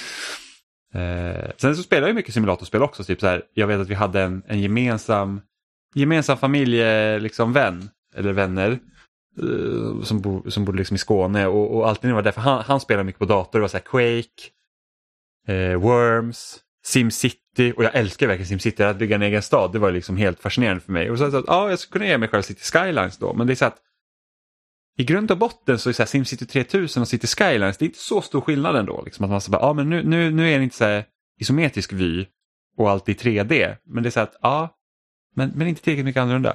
Sen så spelar jag mycket simulatorspel också. Typ så här, jag vet att vi hade en gemensam familje, liksom vän, eller vänner, som bodde liksom i Skåne och alltid när det var därför han spelade mycket på dator. Det var så här Quake, Worms, SimCity, och jag älskar verkligen SimCity. Att bygga en egen stad, det var liksom helt fascinerande för mig. Och så att jag skulle kunna ge mig själv City Skylines då, men det är så att i grund och botten så är så här, SimCity 3000 och City Skylines, det är inte så stor skillnad ändå. Liksom att man så bara, men nu är det inte så här isometrisk vy och allt i 3D. Men det är så att, men inte tillräckligt mycket annorlunda.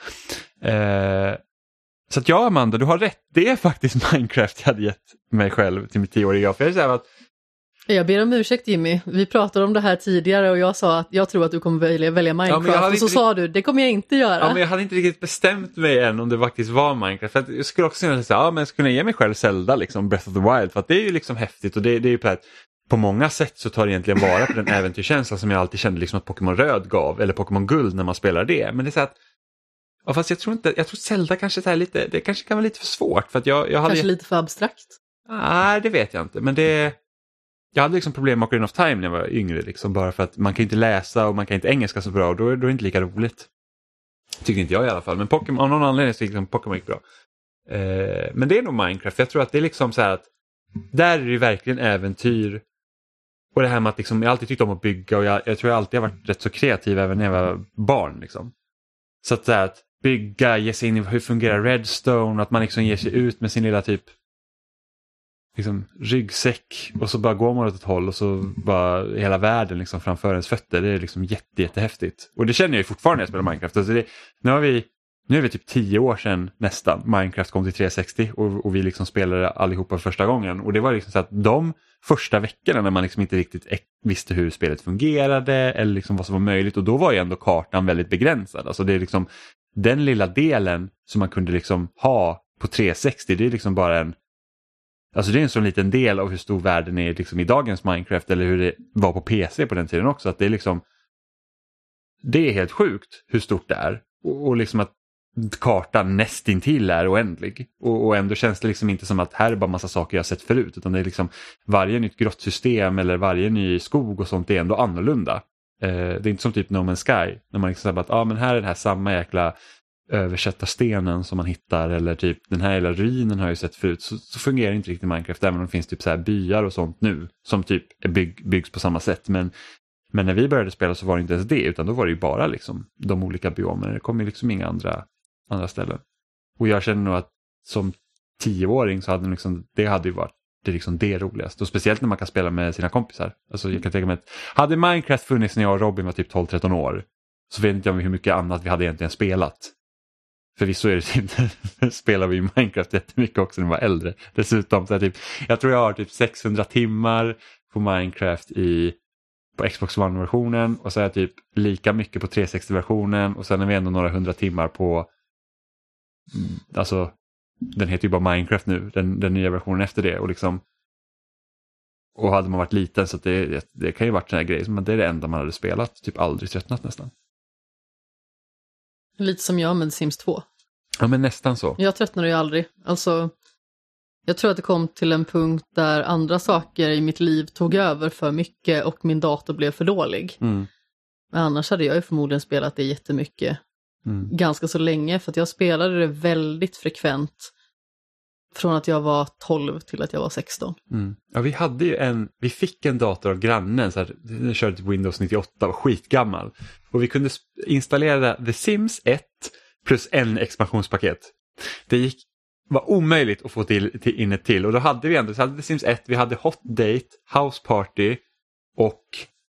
Så att ja, Amanda, du har rätt. Det är faktiskt Minecraft jag hade gett mig själv till mitt 10-åriga jag. För jag säger att... Jag ber om ursäkt, Jimmy. Vi pratade om det här tidigare och jag sa att jag tror att du kommer välja Minecraft. Och så sa du, det kommer jag inte göra. Ja, men jag hade inte riktigt bestämt mig än om det faktiskt var Minecraft. För att jag skulle också säga men jag skulle kunna ge mig själv Zelda, liksom Breath of the Wild. För att det är ju liksom häftigt och det är ju på många sätt så tar det egentligen vara på den äventyrskänslan som jag alltid kände liksom att Pokémon Röd gav, eller Pokémon Guld när man spelar det. Men det är så att fast jag tror Zelda kanske är lite, det kanske kan vara lite för svårt för att jag hade kanske lite för abstrakt. Nej, det vet jag inte, men jag hade liksom problem med Ocarina of Time när jag var yngre liksom, bara för att man kan inte läsa och man kan inte engelska så bra och då är det inte lika roligt. Tyckte inte jag i alla fall, men Pokémon, av någon anledning så gick liksom Pokémon gick bra. Men det är nog Minecraft, jag tror att det är liksom så här att där är det ju verkligen äventyr. Och det här med att liksom, jag alltid tyckt om att bygga och jag tror jag alltid har varit rätt så kreativ även när jag var barn liksom. Så att, bygga, ge sig in i hur fungerar Redstone, att man liksom ger sig ut med sin lilla typ liksom ryggsäck och så bara går man åt ett håll och så bara hela världen liksom framför ens fötter. Det är liksom jättehäftigt. Och det känner jag ju fortfarande när jag spelar Minecraft. Alltså nu är vi typ 10 år sedan nästan Minecraft kom till 360 och vi liksom spelade allihopa för första gången. Och det var liksom så att de första veckorna när man liksom inte riktigt visste hur spelet fungerade eller liksom vad som var möjligt, och då var ju ändå kartan väldigt begränsad. Alltså det är liksom den lilla delen som man kunde liksom ha på 360, det är liksom bara Alltså det är en sån liten del av hur stor världen är liksom i dagens Minecraft eller hur det var på PC på den tiden också. Att det är liksom, det är helt sjukt hur stort det är. Och liksom att kartan nästintill är oändlig. Och ändå känns det liksom inte som att här är bara massa saker jag sett förut. Utan det är liksom varje nytt grottsystem eller varje ny skog och sånt är ändå annorlunda. Det är inte som typ No Man's Sky. När man liksom säger att men här är det här samma jäkla översätta stenen som man hittar. Eller typ den här hela ruinen har jag ju sett förut. Så fungerar inte riktigt Minecraft. Även om det finns typ så här byar och sånt nu. Som typ byggs på samma sätt. Men när vi började spela så var det inte ens det. Utan då var det ju bara liksom de olika biomerna. Det kom ju liksom inga andra ställen. Och jag känner nog att som 10-åring så hade liksom, det hade ju varit det roligaste. Och speciellt när man kan spela med sina kompisar. Alltså jag kan tänka mig att hade Minecraft funnits när jag och Robin var typ 12-13 år så vet inte jag hur mycket annat vi hade egentligen spelat. Förvisso är det typ, spelar vi Minecraft jättemycket också när vi var äldre. Dessutom så här, typ, jag tror jag har typ 600 timmar på Minecraft på Xbox One-versionen och så är jag typ lika mycket på 360-versionen och sen är vi ändå några 100 timmar på alltså den heter ju bara Minecraft nu, den nya versionen efter det och liksom och hade man varit liten så att det kan ju varit sån här grej som det är det enda man hade spelat, typ aldrig tröttnat nästan. Lite som jag med Sims 2. Ja men nästan så. Jag tröttnade ju aldrig, alltså jag tror att det kom till en punkt där andra saker i mitt liv tog över för mycket och min dator blev för dålig. Men annars hade jag ju förmodligen spelat det jättemycket. Ganska så länge, för att jag spelade det väldigt frekvent från att jag var 12 till att jag var 16. Ja, vi fick en dator av grannen så här, den körde Windows 98 och skitgammal. Och vi kunde installera The Sims 1 plus en expansionspaket. Det var omöjligt att få in ett till och då hade vi ändå så hade The Sims 1, vi hade Hot Date, House Party och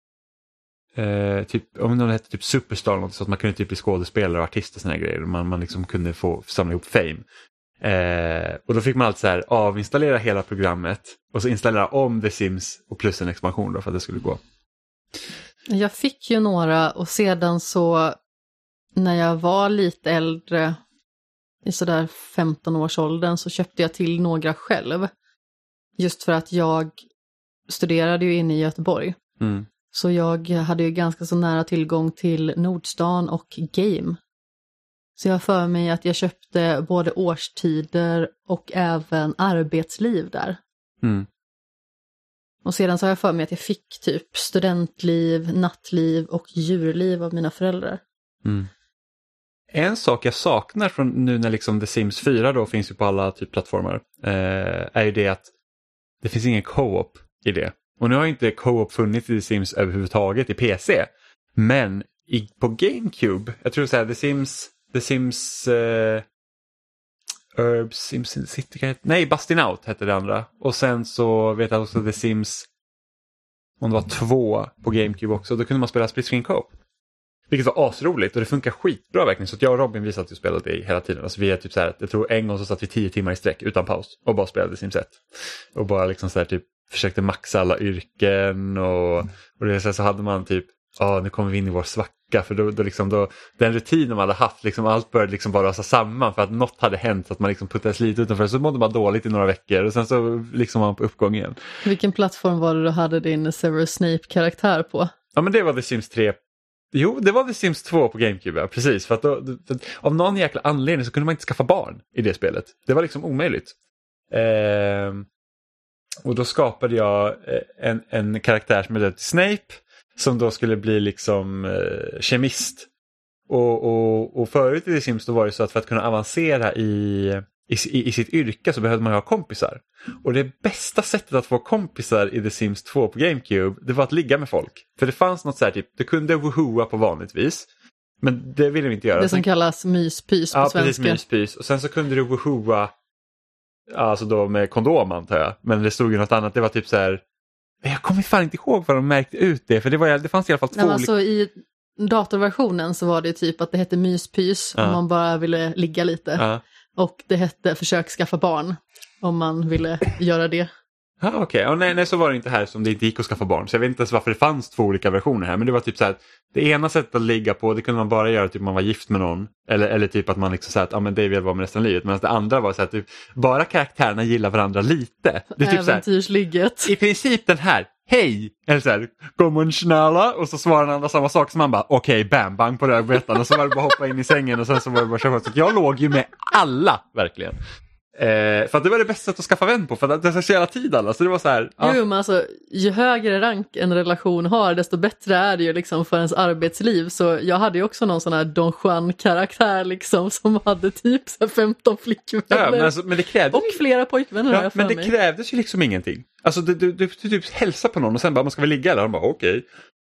typ, om det hette typ Superstar eller något, så att man kunde typ bli skådespelare och artist och såna här grejer. Man liksom kunde få samla ihop fame. Och då fick man alltså så här avinstallera hela programmet och så installera om The Sims och plus en expansion då för att det skulle gå. Jag fick ju några och sedan så när jag var lite äldre i sådär 15-årsåldern så köpte jag till några själv. Just för att jag studerade ju inne i Göteborg. Så jag hade ju ganska så nära tillgång till Nordstan och Game. Så jag har för mig att jag köpte både årstider och även arbetsliv där. Och sedan så har jag för mig att jag fick typ studentliv, nattliv och djurliv av mina föräldrar. En sak jag saknar från nu när liksom The Sims 4 då finns ju på alla typ plattformar är ju det att det finns ingen co-op i det. Och nu har ju inte co-op funnits i The Sims överhuvudtaget i PC. Men på GameCube, jag tror så här, The Sims Herbs, Sims City, nej, Bustin' Out hette det andra. Och sen så vet jag också The Sims, om det var 2 på GameCube också, då kunde man spela split screen co-op. Vilket var asroligt och det funkar skitbra verkligen. Så att jag och Robin visade att vi spelade det hela tiden. Alltså vi är typ så här, jag tror en gång så satt vi 10 timmar i sträck utan paus och bara spelade Sims 1. Och bara liksom så här typ försökte maxa alla yrken och det så hade man typ nu kommer vi in i vår svacka för då den rutinen man hade haft liksom allt började liksom bara rasa samman för att något hade hänt så att man liksom puttades lite utanför så mådde man dåligt i några veckor och sen så liksom var man på uppgång igen. Vilken plattform var det du hade din Severus Snape-karaktär på? Ja men det var The Sims 3. Jo, det var The Sims 2 på GameCube, ja, precis. För att av någon jäkla anledning så kunde man inte skaffa barn i det spelet. Det var liksom omöjligt. Och då skapade jag en karaktär som heter Snape som då skulle bli liksom kemist. Och förut i The Sims då var det så att för att kunna avancera i sitt yrke så behövde man ha kompisar. Och det bästa sättet att få kompisar i The Sims 2 på GameCube, det var att ligga med folk. För det fanns något så här typ, du kunde woohooa på vanligt vis. Men det ville vi inte göra. Det som kallas myspys på svenska. Ja, precis, myspys. Och sen så kunde du woohooa, alltså då med kondom antar jag. Men det stod ju något annat, det var typ så här, jag kommer fan inte ihåg vad de märkte ut det. För det fanns i alla fall 2 olika. Alltså i datorversionen så var det typ att det hette myspys om man bara ville ligga lite. Och det hette försök skaffa barn om man ville göra det. Okej. Och nej, så var det inte här som det inte gick att skaffa barn. Så jag vet inte ens varför det fanns 2 olika versioner här. Men det var typ så här, det ena sättet att ligga på, det kunde man bara göra typ om man var gift med någon. Eller typ att man liksom sa att men det vill jag vara med resten av livet. Men det andra var så att typ, bara karaktärerna gillar varandra lite. Det är typ äventyrsligget. Så här, i princip den här, hej! Eller så här, kommer snälla? Och så svarar den andra samma sak som man bara, okej, bam, bang på rödbetan. Och så var det bara hoppa in i sängen och sen så var det bara köpa. Så jag låg ju med alla, verkligen. För att det var det bästa sättet att skaffa vän på. För att det är så jävla tid alla. Så det var så här. Ja. Jo, men alltså, ju högre rank en relation har, desto bättre är det ju liksom för ens arbetsliv. Så jag hade ju också någon sån här Don Juan-karaktär liksom, som hade typ så 15 flickvänner. Ja, men det krävdes, och flera pojkvänner. Ja, men det krävdes ju liksom ingenting. Alltså du typ hälsa på någon och sen bara, man ska väl ligga eller? Han bara, okej.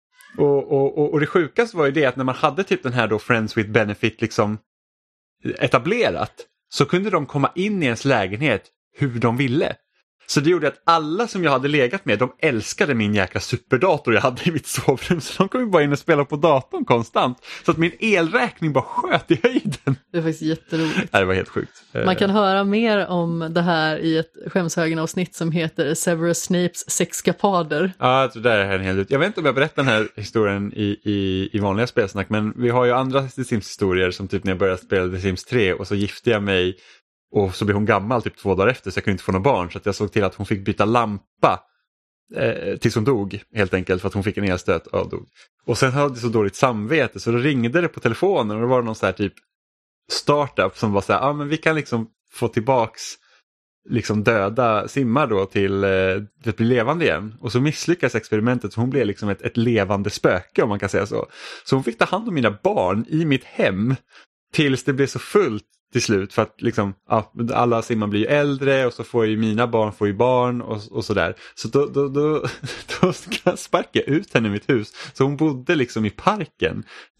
Och det sjukaste var ju det att när man hade typ den här då Friends with Benefit liksom etablerat, så kunde de komma in i ens lägenhet hur de ville. Så det gjorde att alla som jag hade legat med, de älskade min jäkla superdator jag hade i mitt sovrum. Så de kom ju bara in och spela på datorn konstant. Så att min elräkning bara sköt i höjden. Det är faktiskt jätteroligt. Det var helt sjukt. Man kan höra mer om det här i ett Skämshögen-avsnitt som heter Severus Snapes sexkapader. Ja, det där är en hel del. Jag vet inte om jag berättar den här historien i vanliga spelsnack, men vi har ju andra The Sims-historier som typ när jag började spela The Sims 3 och så gifte jag mig. Och så blev hon gammal typ 2 dagar efter så jag kunde inte få några barn. Så att jag såg till att hon fick byta lampa tills hon dog helt enkelt. För att hon fick en elstöt och dog. Och sen hade jag så dåligt samvete så då ringde det på telefonen. Och det var någon så här typ startup som var så här, men vi kan liksom få tillbaks liksom döda simmar då till att bli levande igen. Och så misslyckas experimentet så hon blev liksom ett levande spöke om man kan säga så. Så hon fick ta hand om mina barn i mitt hem tills det blev så fullt till slut för att liksom, alla simmar blir äldre och så får ju mina barn får ju barn och sådär. Så då sparkade jag ut henne i mitt hus. Så hon bodde liksom i parken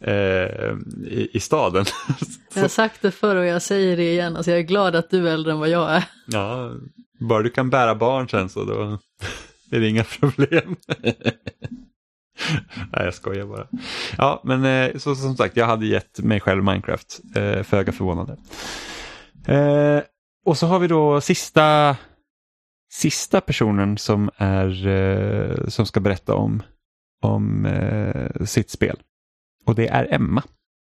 i staden. Jag har sagt det förr och jag säger det igen. Alltså jag är glad att du är äldre än vad jag är. Ja, bara du kan bära barn sen så då är det inga problem. Nej, jag skojar bara. Ja, men så som sagt, jag hade gett mig själv Minecraft. Föga förvånande. Och så har vi då sista personen som som ska berätta om sitt spel. Och det är Emma.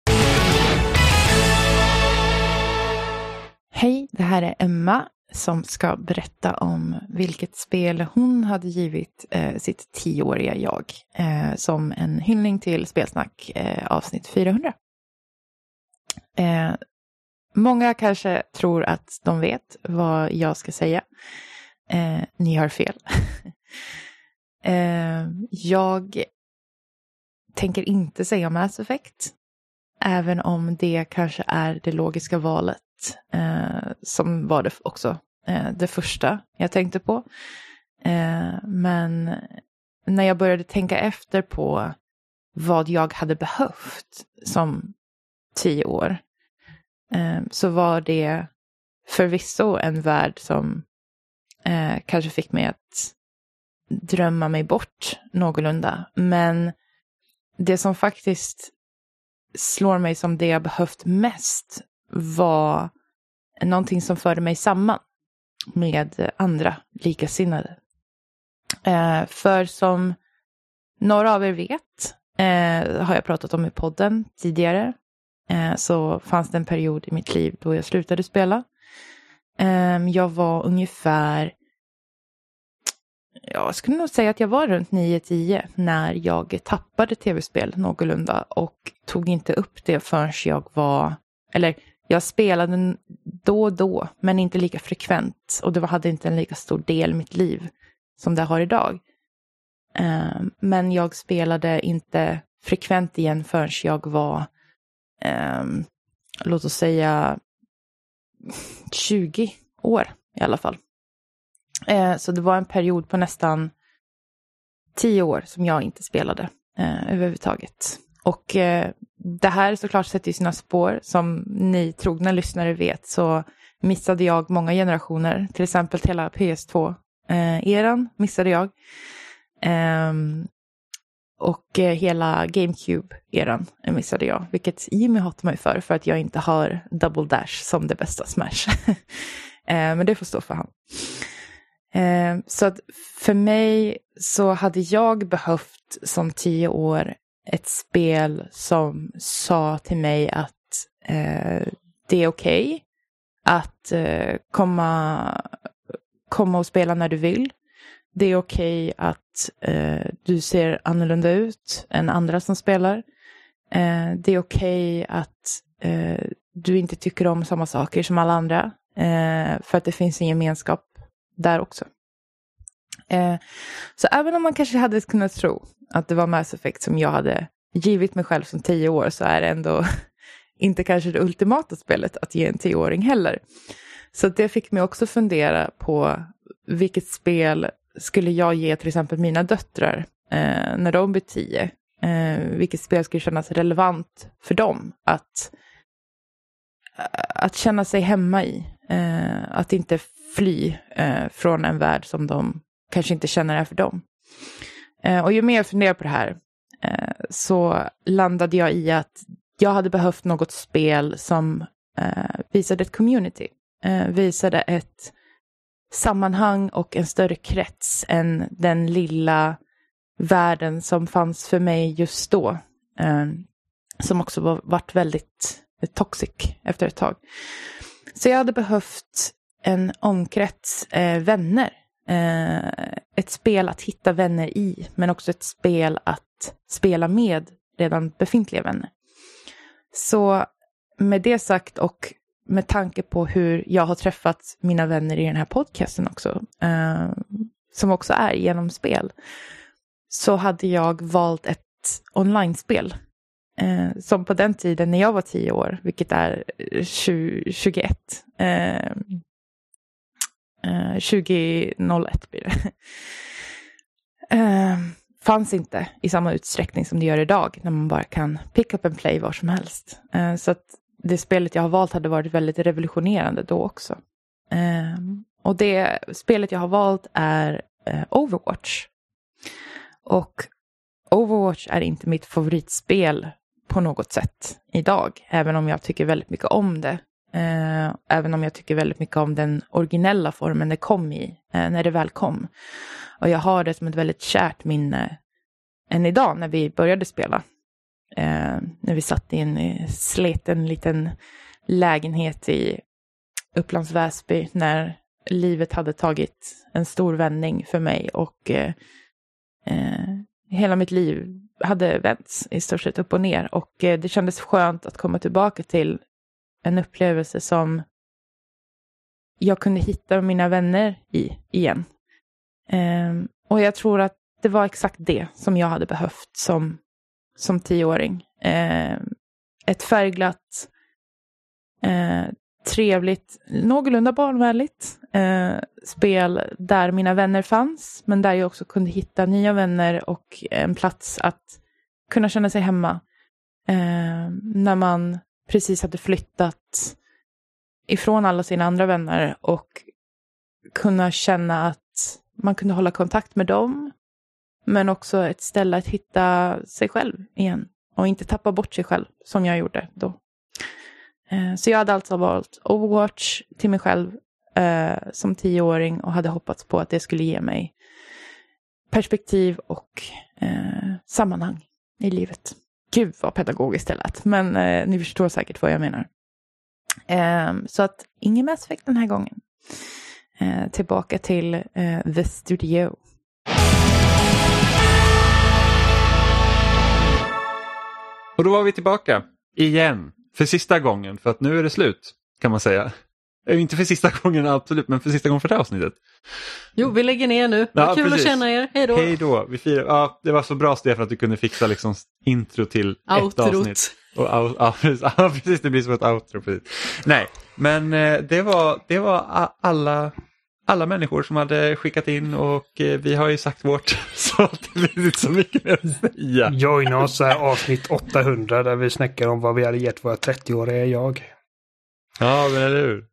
Hej, det här är Emma som ska berätta om vilket spel hon hade givit sitt 10-åriga jag som en hyllning till Spelsnack avsnitt 400. Många kanske tror att de vet vad jag ska säga. Ni har fel. Jag tänker inte säga Mass Effect, även om det kanske är det logiska valet. Som var det också det första jag tänkte på. Men när jag började tänka efter på vad jag hade behövt som 10 år så var det förvisso en värld som kanske fick mig att drömma mig bort någorlunda. Men det som faktiskt slår mig som det jag behövt mest var någonting som förde mig samman med andra likasinnade. För som några av er vet, har jag pratat om i podden tidigare, så fanns det en period i mitt liv då jag slutade spela. Jag var ungefär, jag skulle nog säga att jag var runt 9-10 när jag tappade tv-spel någorlunda och tog inte upp det förrän jag var, eller jag spelade då och då, men inte lika frekvent. Och det hade inte en lika stor del i mitt liv som det har idag. Men jag spelade inte frekvent igen förrän jag var, låt oss säga, 20 år i alla fall. Så det var en period på nästan 10 år som jag inte spelade överhuvudtaget. Och det här såklart sätter ju sina spår. Som ni trogna lyssnare vet så missade jag många generationer. Till exempel hela PS2-eran missade jag. Och hela GameCube-eran missade jag. Vilket Jimmy hatar mig för att jag inte har Double Dash som det bästa Smash. Men det får stå för han. Så att för mig så hade jag behövt som 10 år ett spel som sa till mig att det är okej att komma och spela när du vill. Det är okej att du ser annorlunda ut än andra som spelar. Det är okej att du inte tycker om samma saker som alla andra. För att det finns en gemenskap där också. Så även om man kanske hade kunnat tro att det var Mass Effect som jag hade givit mig själv som 10 år, så är det ändå inte kanske det ultimata spelet att ge en 10-åring heller. Så det fick mig också fundera på vilket spel skulle jag ge till exempel mina döttrar när de blir 10. Vilket spel skulle kännas relevant för dem att känna sig hemma i. Att inte fly från en värld som de kanske inte känner är för dem. Och ju mer jag funderar på det här så landade jag i att jag hade behövt något spel som visade ett community. Visade ett sammanhang och en större krets än den lilla världen som fanns för mig just då. Som också varit väldigt toxic efter ett tag. Så jag hade behövt en omkrets vänner. Ett spel att hitta vänner i, men också ett spel att spela med redan befintliga vänner. Så med det sagt och med tanke på hur jag har träffat mina vänner i den här podcasten också, som också är genom spel, så hade jag valt ett online-spel som på den tiden när jag var 10 år, vilket är 2021 blir det. Fanns inte i samma utsträckning som det gör idag, när man bara kan pick up and play var som helst. Så att det spelet jag har valt hade varit väldigt revolutionerande då också. Och det spelet jag har valt är Overwatch. Och Overwatch är inte mitt favoritspel på något sätt idag, även om jag tycker väldigt mycket om det. Även om jag tycker väldigt mycket om den originella formen det kom i, när det väl kom. Och jag har det som ett väldigt kärt minne än idag när vi började spela. När vi satt i en sliten liten lägenhet i Upplands Väsby, när livet hade tagit en stor vändning för mig och hela mitt liv hade vänts i stort sett upp och ner. Och det kändes skönt att komma tillbaka till en upplevelse som jag kunde hitta mina vänner i igen. Och jag tror att det var exakt det som jag hade behövt som 10-åring. Ett färgglatt, trevligt, någorlunda barnvänligt spel där mina vänner fanns, men där jag också kunde hitta nya vänner och en plats att kunna känna sig hemma när man precis hade flyttat ifrån alla sina andra vänner och kunna känna att man kunde hålla kontakt med dem, men också ett ställe att hitta sig själv igen och inte tappa bort sig själv som jag gjorde då. Så jag hade alltså valt Overwatch till mig själv som 10-åring och hade hoppats på att det skulle ge mig perspektiv och sammanhang i livet. Gud vad pedagogiskt det lät, men ni förstår säkert vad jag menar. Så att ingen Mass Effect den här gången. Tillbaka till The Studio. Och då var vi tillbaka igen. För sista gången, för att nu är det slut kan man säga. Inte för sista gången absolut, men för sista gången för det här avsnittet. Jo, vi lägger ner nu. Vad kul precis. att känna er. Hej då. Hej då. Vi firar. Ja, det var så bra, Stefan, att du kunde fixa liksom intro till ett avsnitt. Och, precis, det blir som ett outro. Precis. Nej, men det var alla människor som hade skickat in och vi har ju sagt vårt, så det blir inte så mycket mer att säga. Joina oss avsnitt 800 där vi snackar om vad vi hade gett våra 30-åriga jag. Ja, men eller hur?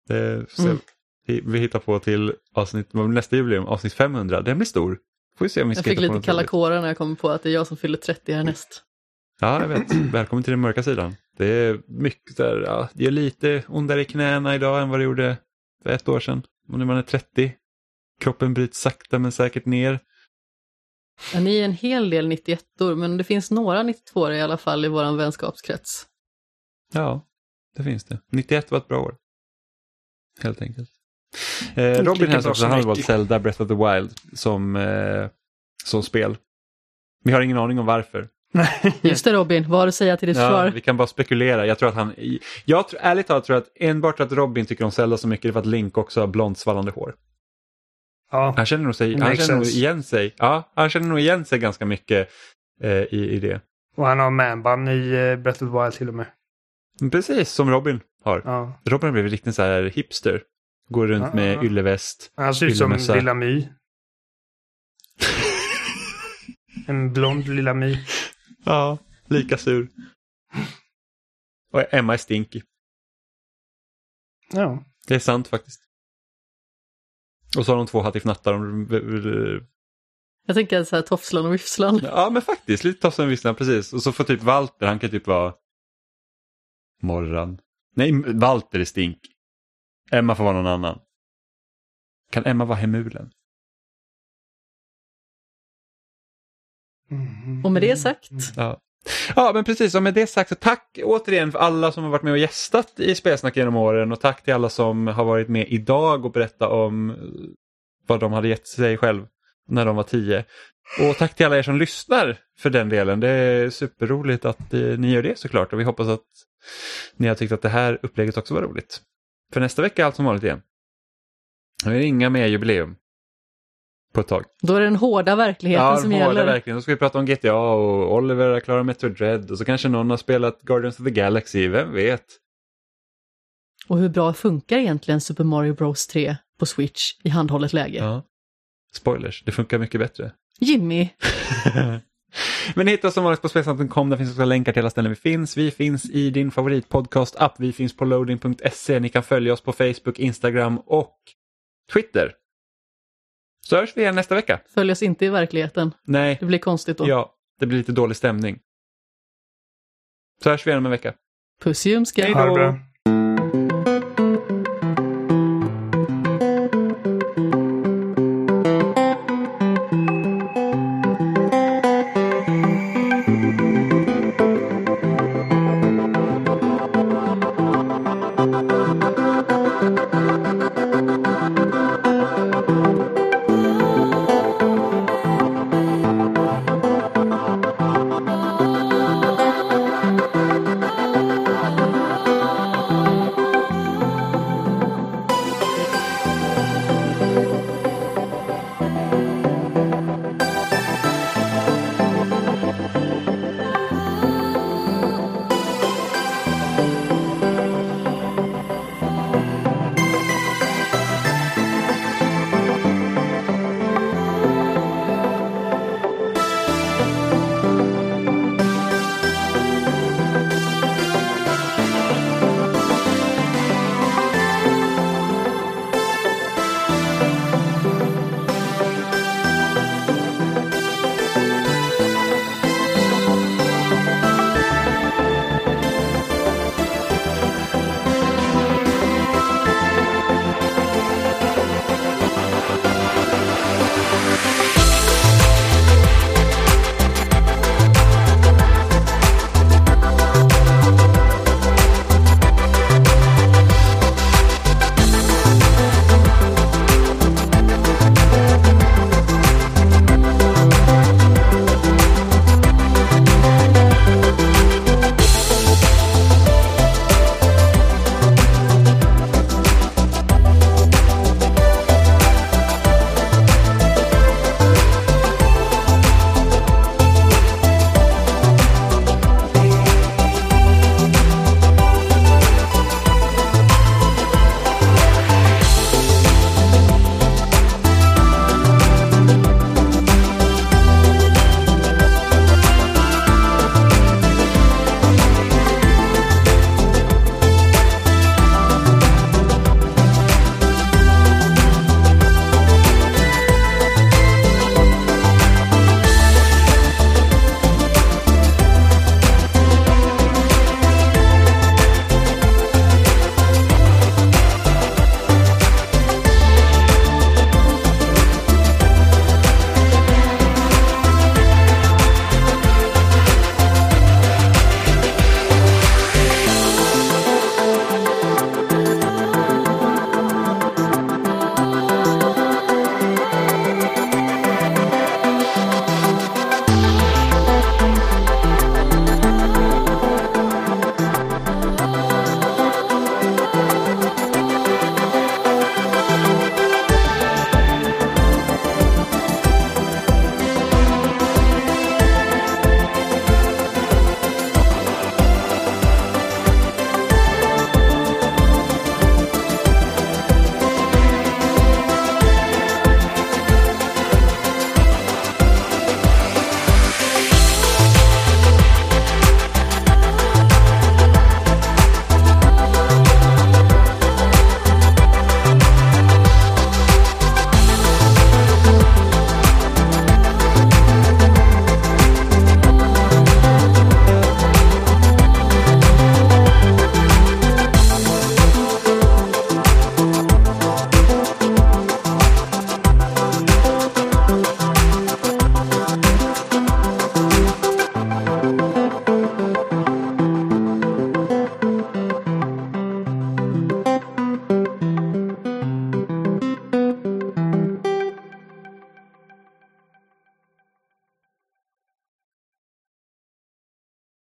Vi hittar på till avsnitt, nästa jubileum, avsnitt 500. Den blir stor. Får vi se om vi ska. Jag fick lite kalla kårar när jag kom på att det är jag som fyller 30 härnäst. Ja, jag vet. Välkommen till den mörka sidan. Det är mycket där, ja, det är lite ondare i knäna idag än vad det gjorde för 1 år sedan. Och när man är 30. Kroppen bryts sakta men säkert ner. Ja, ni är en hel del 91-or, men det finns några 92-or i alla fall i våran vänskapskrets. Ja, det finns det. 91 var ett bra år. Helt enkelt. Robin har också valt Zelda Breath of the Wild som spel. Vi har ingen aning om varför. Just det Robin, vad har du att säga till ditt försvar? Vi kan bara spekulera. Jag tror att ärligt talat tror att enbart att Robin tycker om Zelda så mycket är för att Link också har blont svallande hår. Ja. Han känner nog igen sig. Ja, han känner nog igen sig ganska mycket i det. Och han har manbun i Breath of the Wild till och med. Precis, som Robin har. Ja. Robin har blivit riktigt så här hipster. Går runt med ylleväst. Han ser ut som Lilla My. En blond Lilla My. Ja, lika sur. Och Emma är stinky. Ja. Det är sant faktiskt. Och så har de 2 hattifnattar. Jag tänker så här Tofslan och Vifslan. Ja, men faktiskt. Lite Tofslan och Vifslan, precis. Och så får typ Walter, han kan typ vara Morran. Nej, Walter är stink. Emma får vara någon annan. Kan Emma vara Hemulen? Och med det sagt. Ja, men precis. Och med det sagt så tack återigen för alla som har varit med och gästat i Spelsnack genom åren. Och tack till alla som har varit med idag och berättat om vad de hade gett sig själv när de var 10. Och tack till alla er som lyssnar för den delen. Det är superroligt att ni gör det såklart. Och vi hoppas att ni har tyckt att det här upplägget också var roligt. För nästa vecka är allt som vanligt igen. Det är inga mer jubileum på ett tag. Då är det den hårda verkligheten som gäller. Ja, hårda verkligheten. Då ska vi prata om GTA och Oliver har klarat Metroid Dread och så kanske någon har spelat Guardians of the Galaxy, vem vet? Och hur bra funkar egentligen Super Mario Bros 3 på Switch i handhållet läge? Ja. Spoilers, det funkar mycket bättre. Jimmy! Men ni hittar som vanligt på spelsnack.com, där finns också länkar till alla ställen vi finns. Vi finns i din favoritpodcast-app, vi finns på loading.se, ni kan följa oss på Facebook, Instagram och Twitter. Så hörs vi igen nästa vecka. Följ oss inte i verkligheten. Nej. Det blir konstigt då. Ja, det blir lite dålig stämning. Så hörs vi igen om en vecka. Puss i ljumsken. Hej då!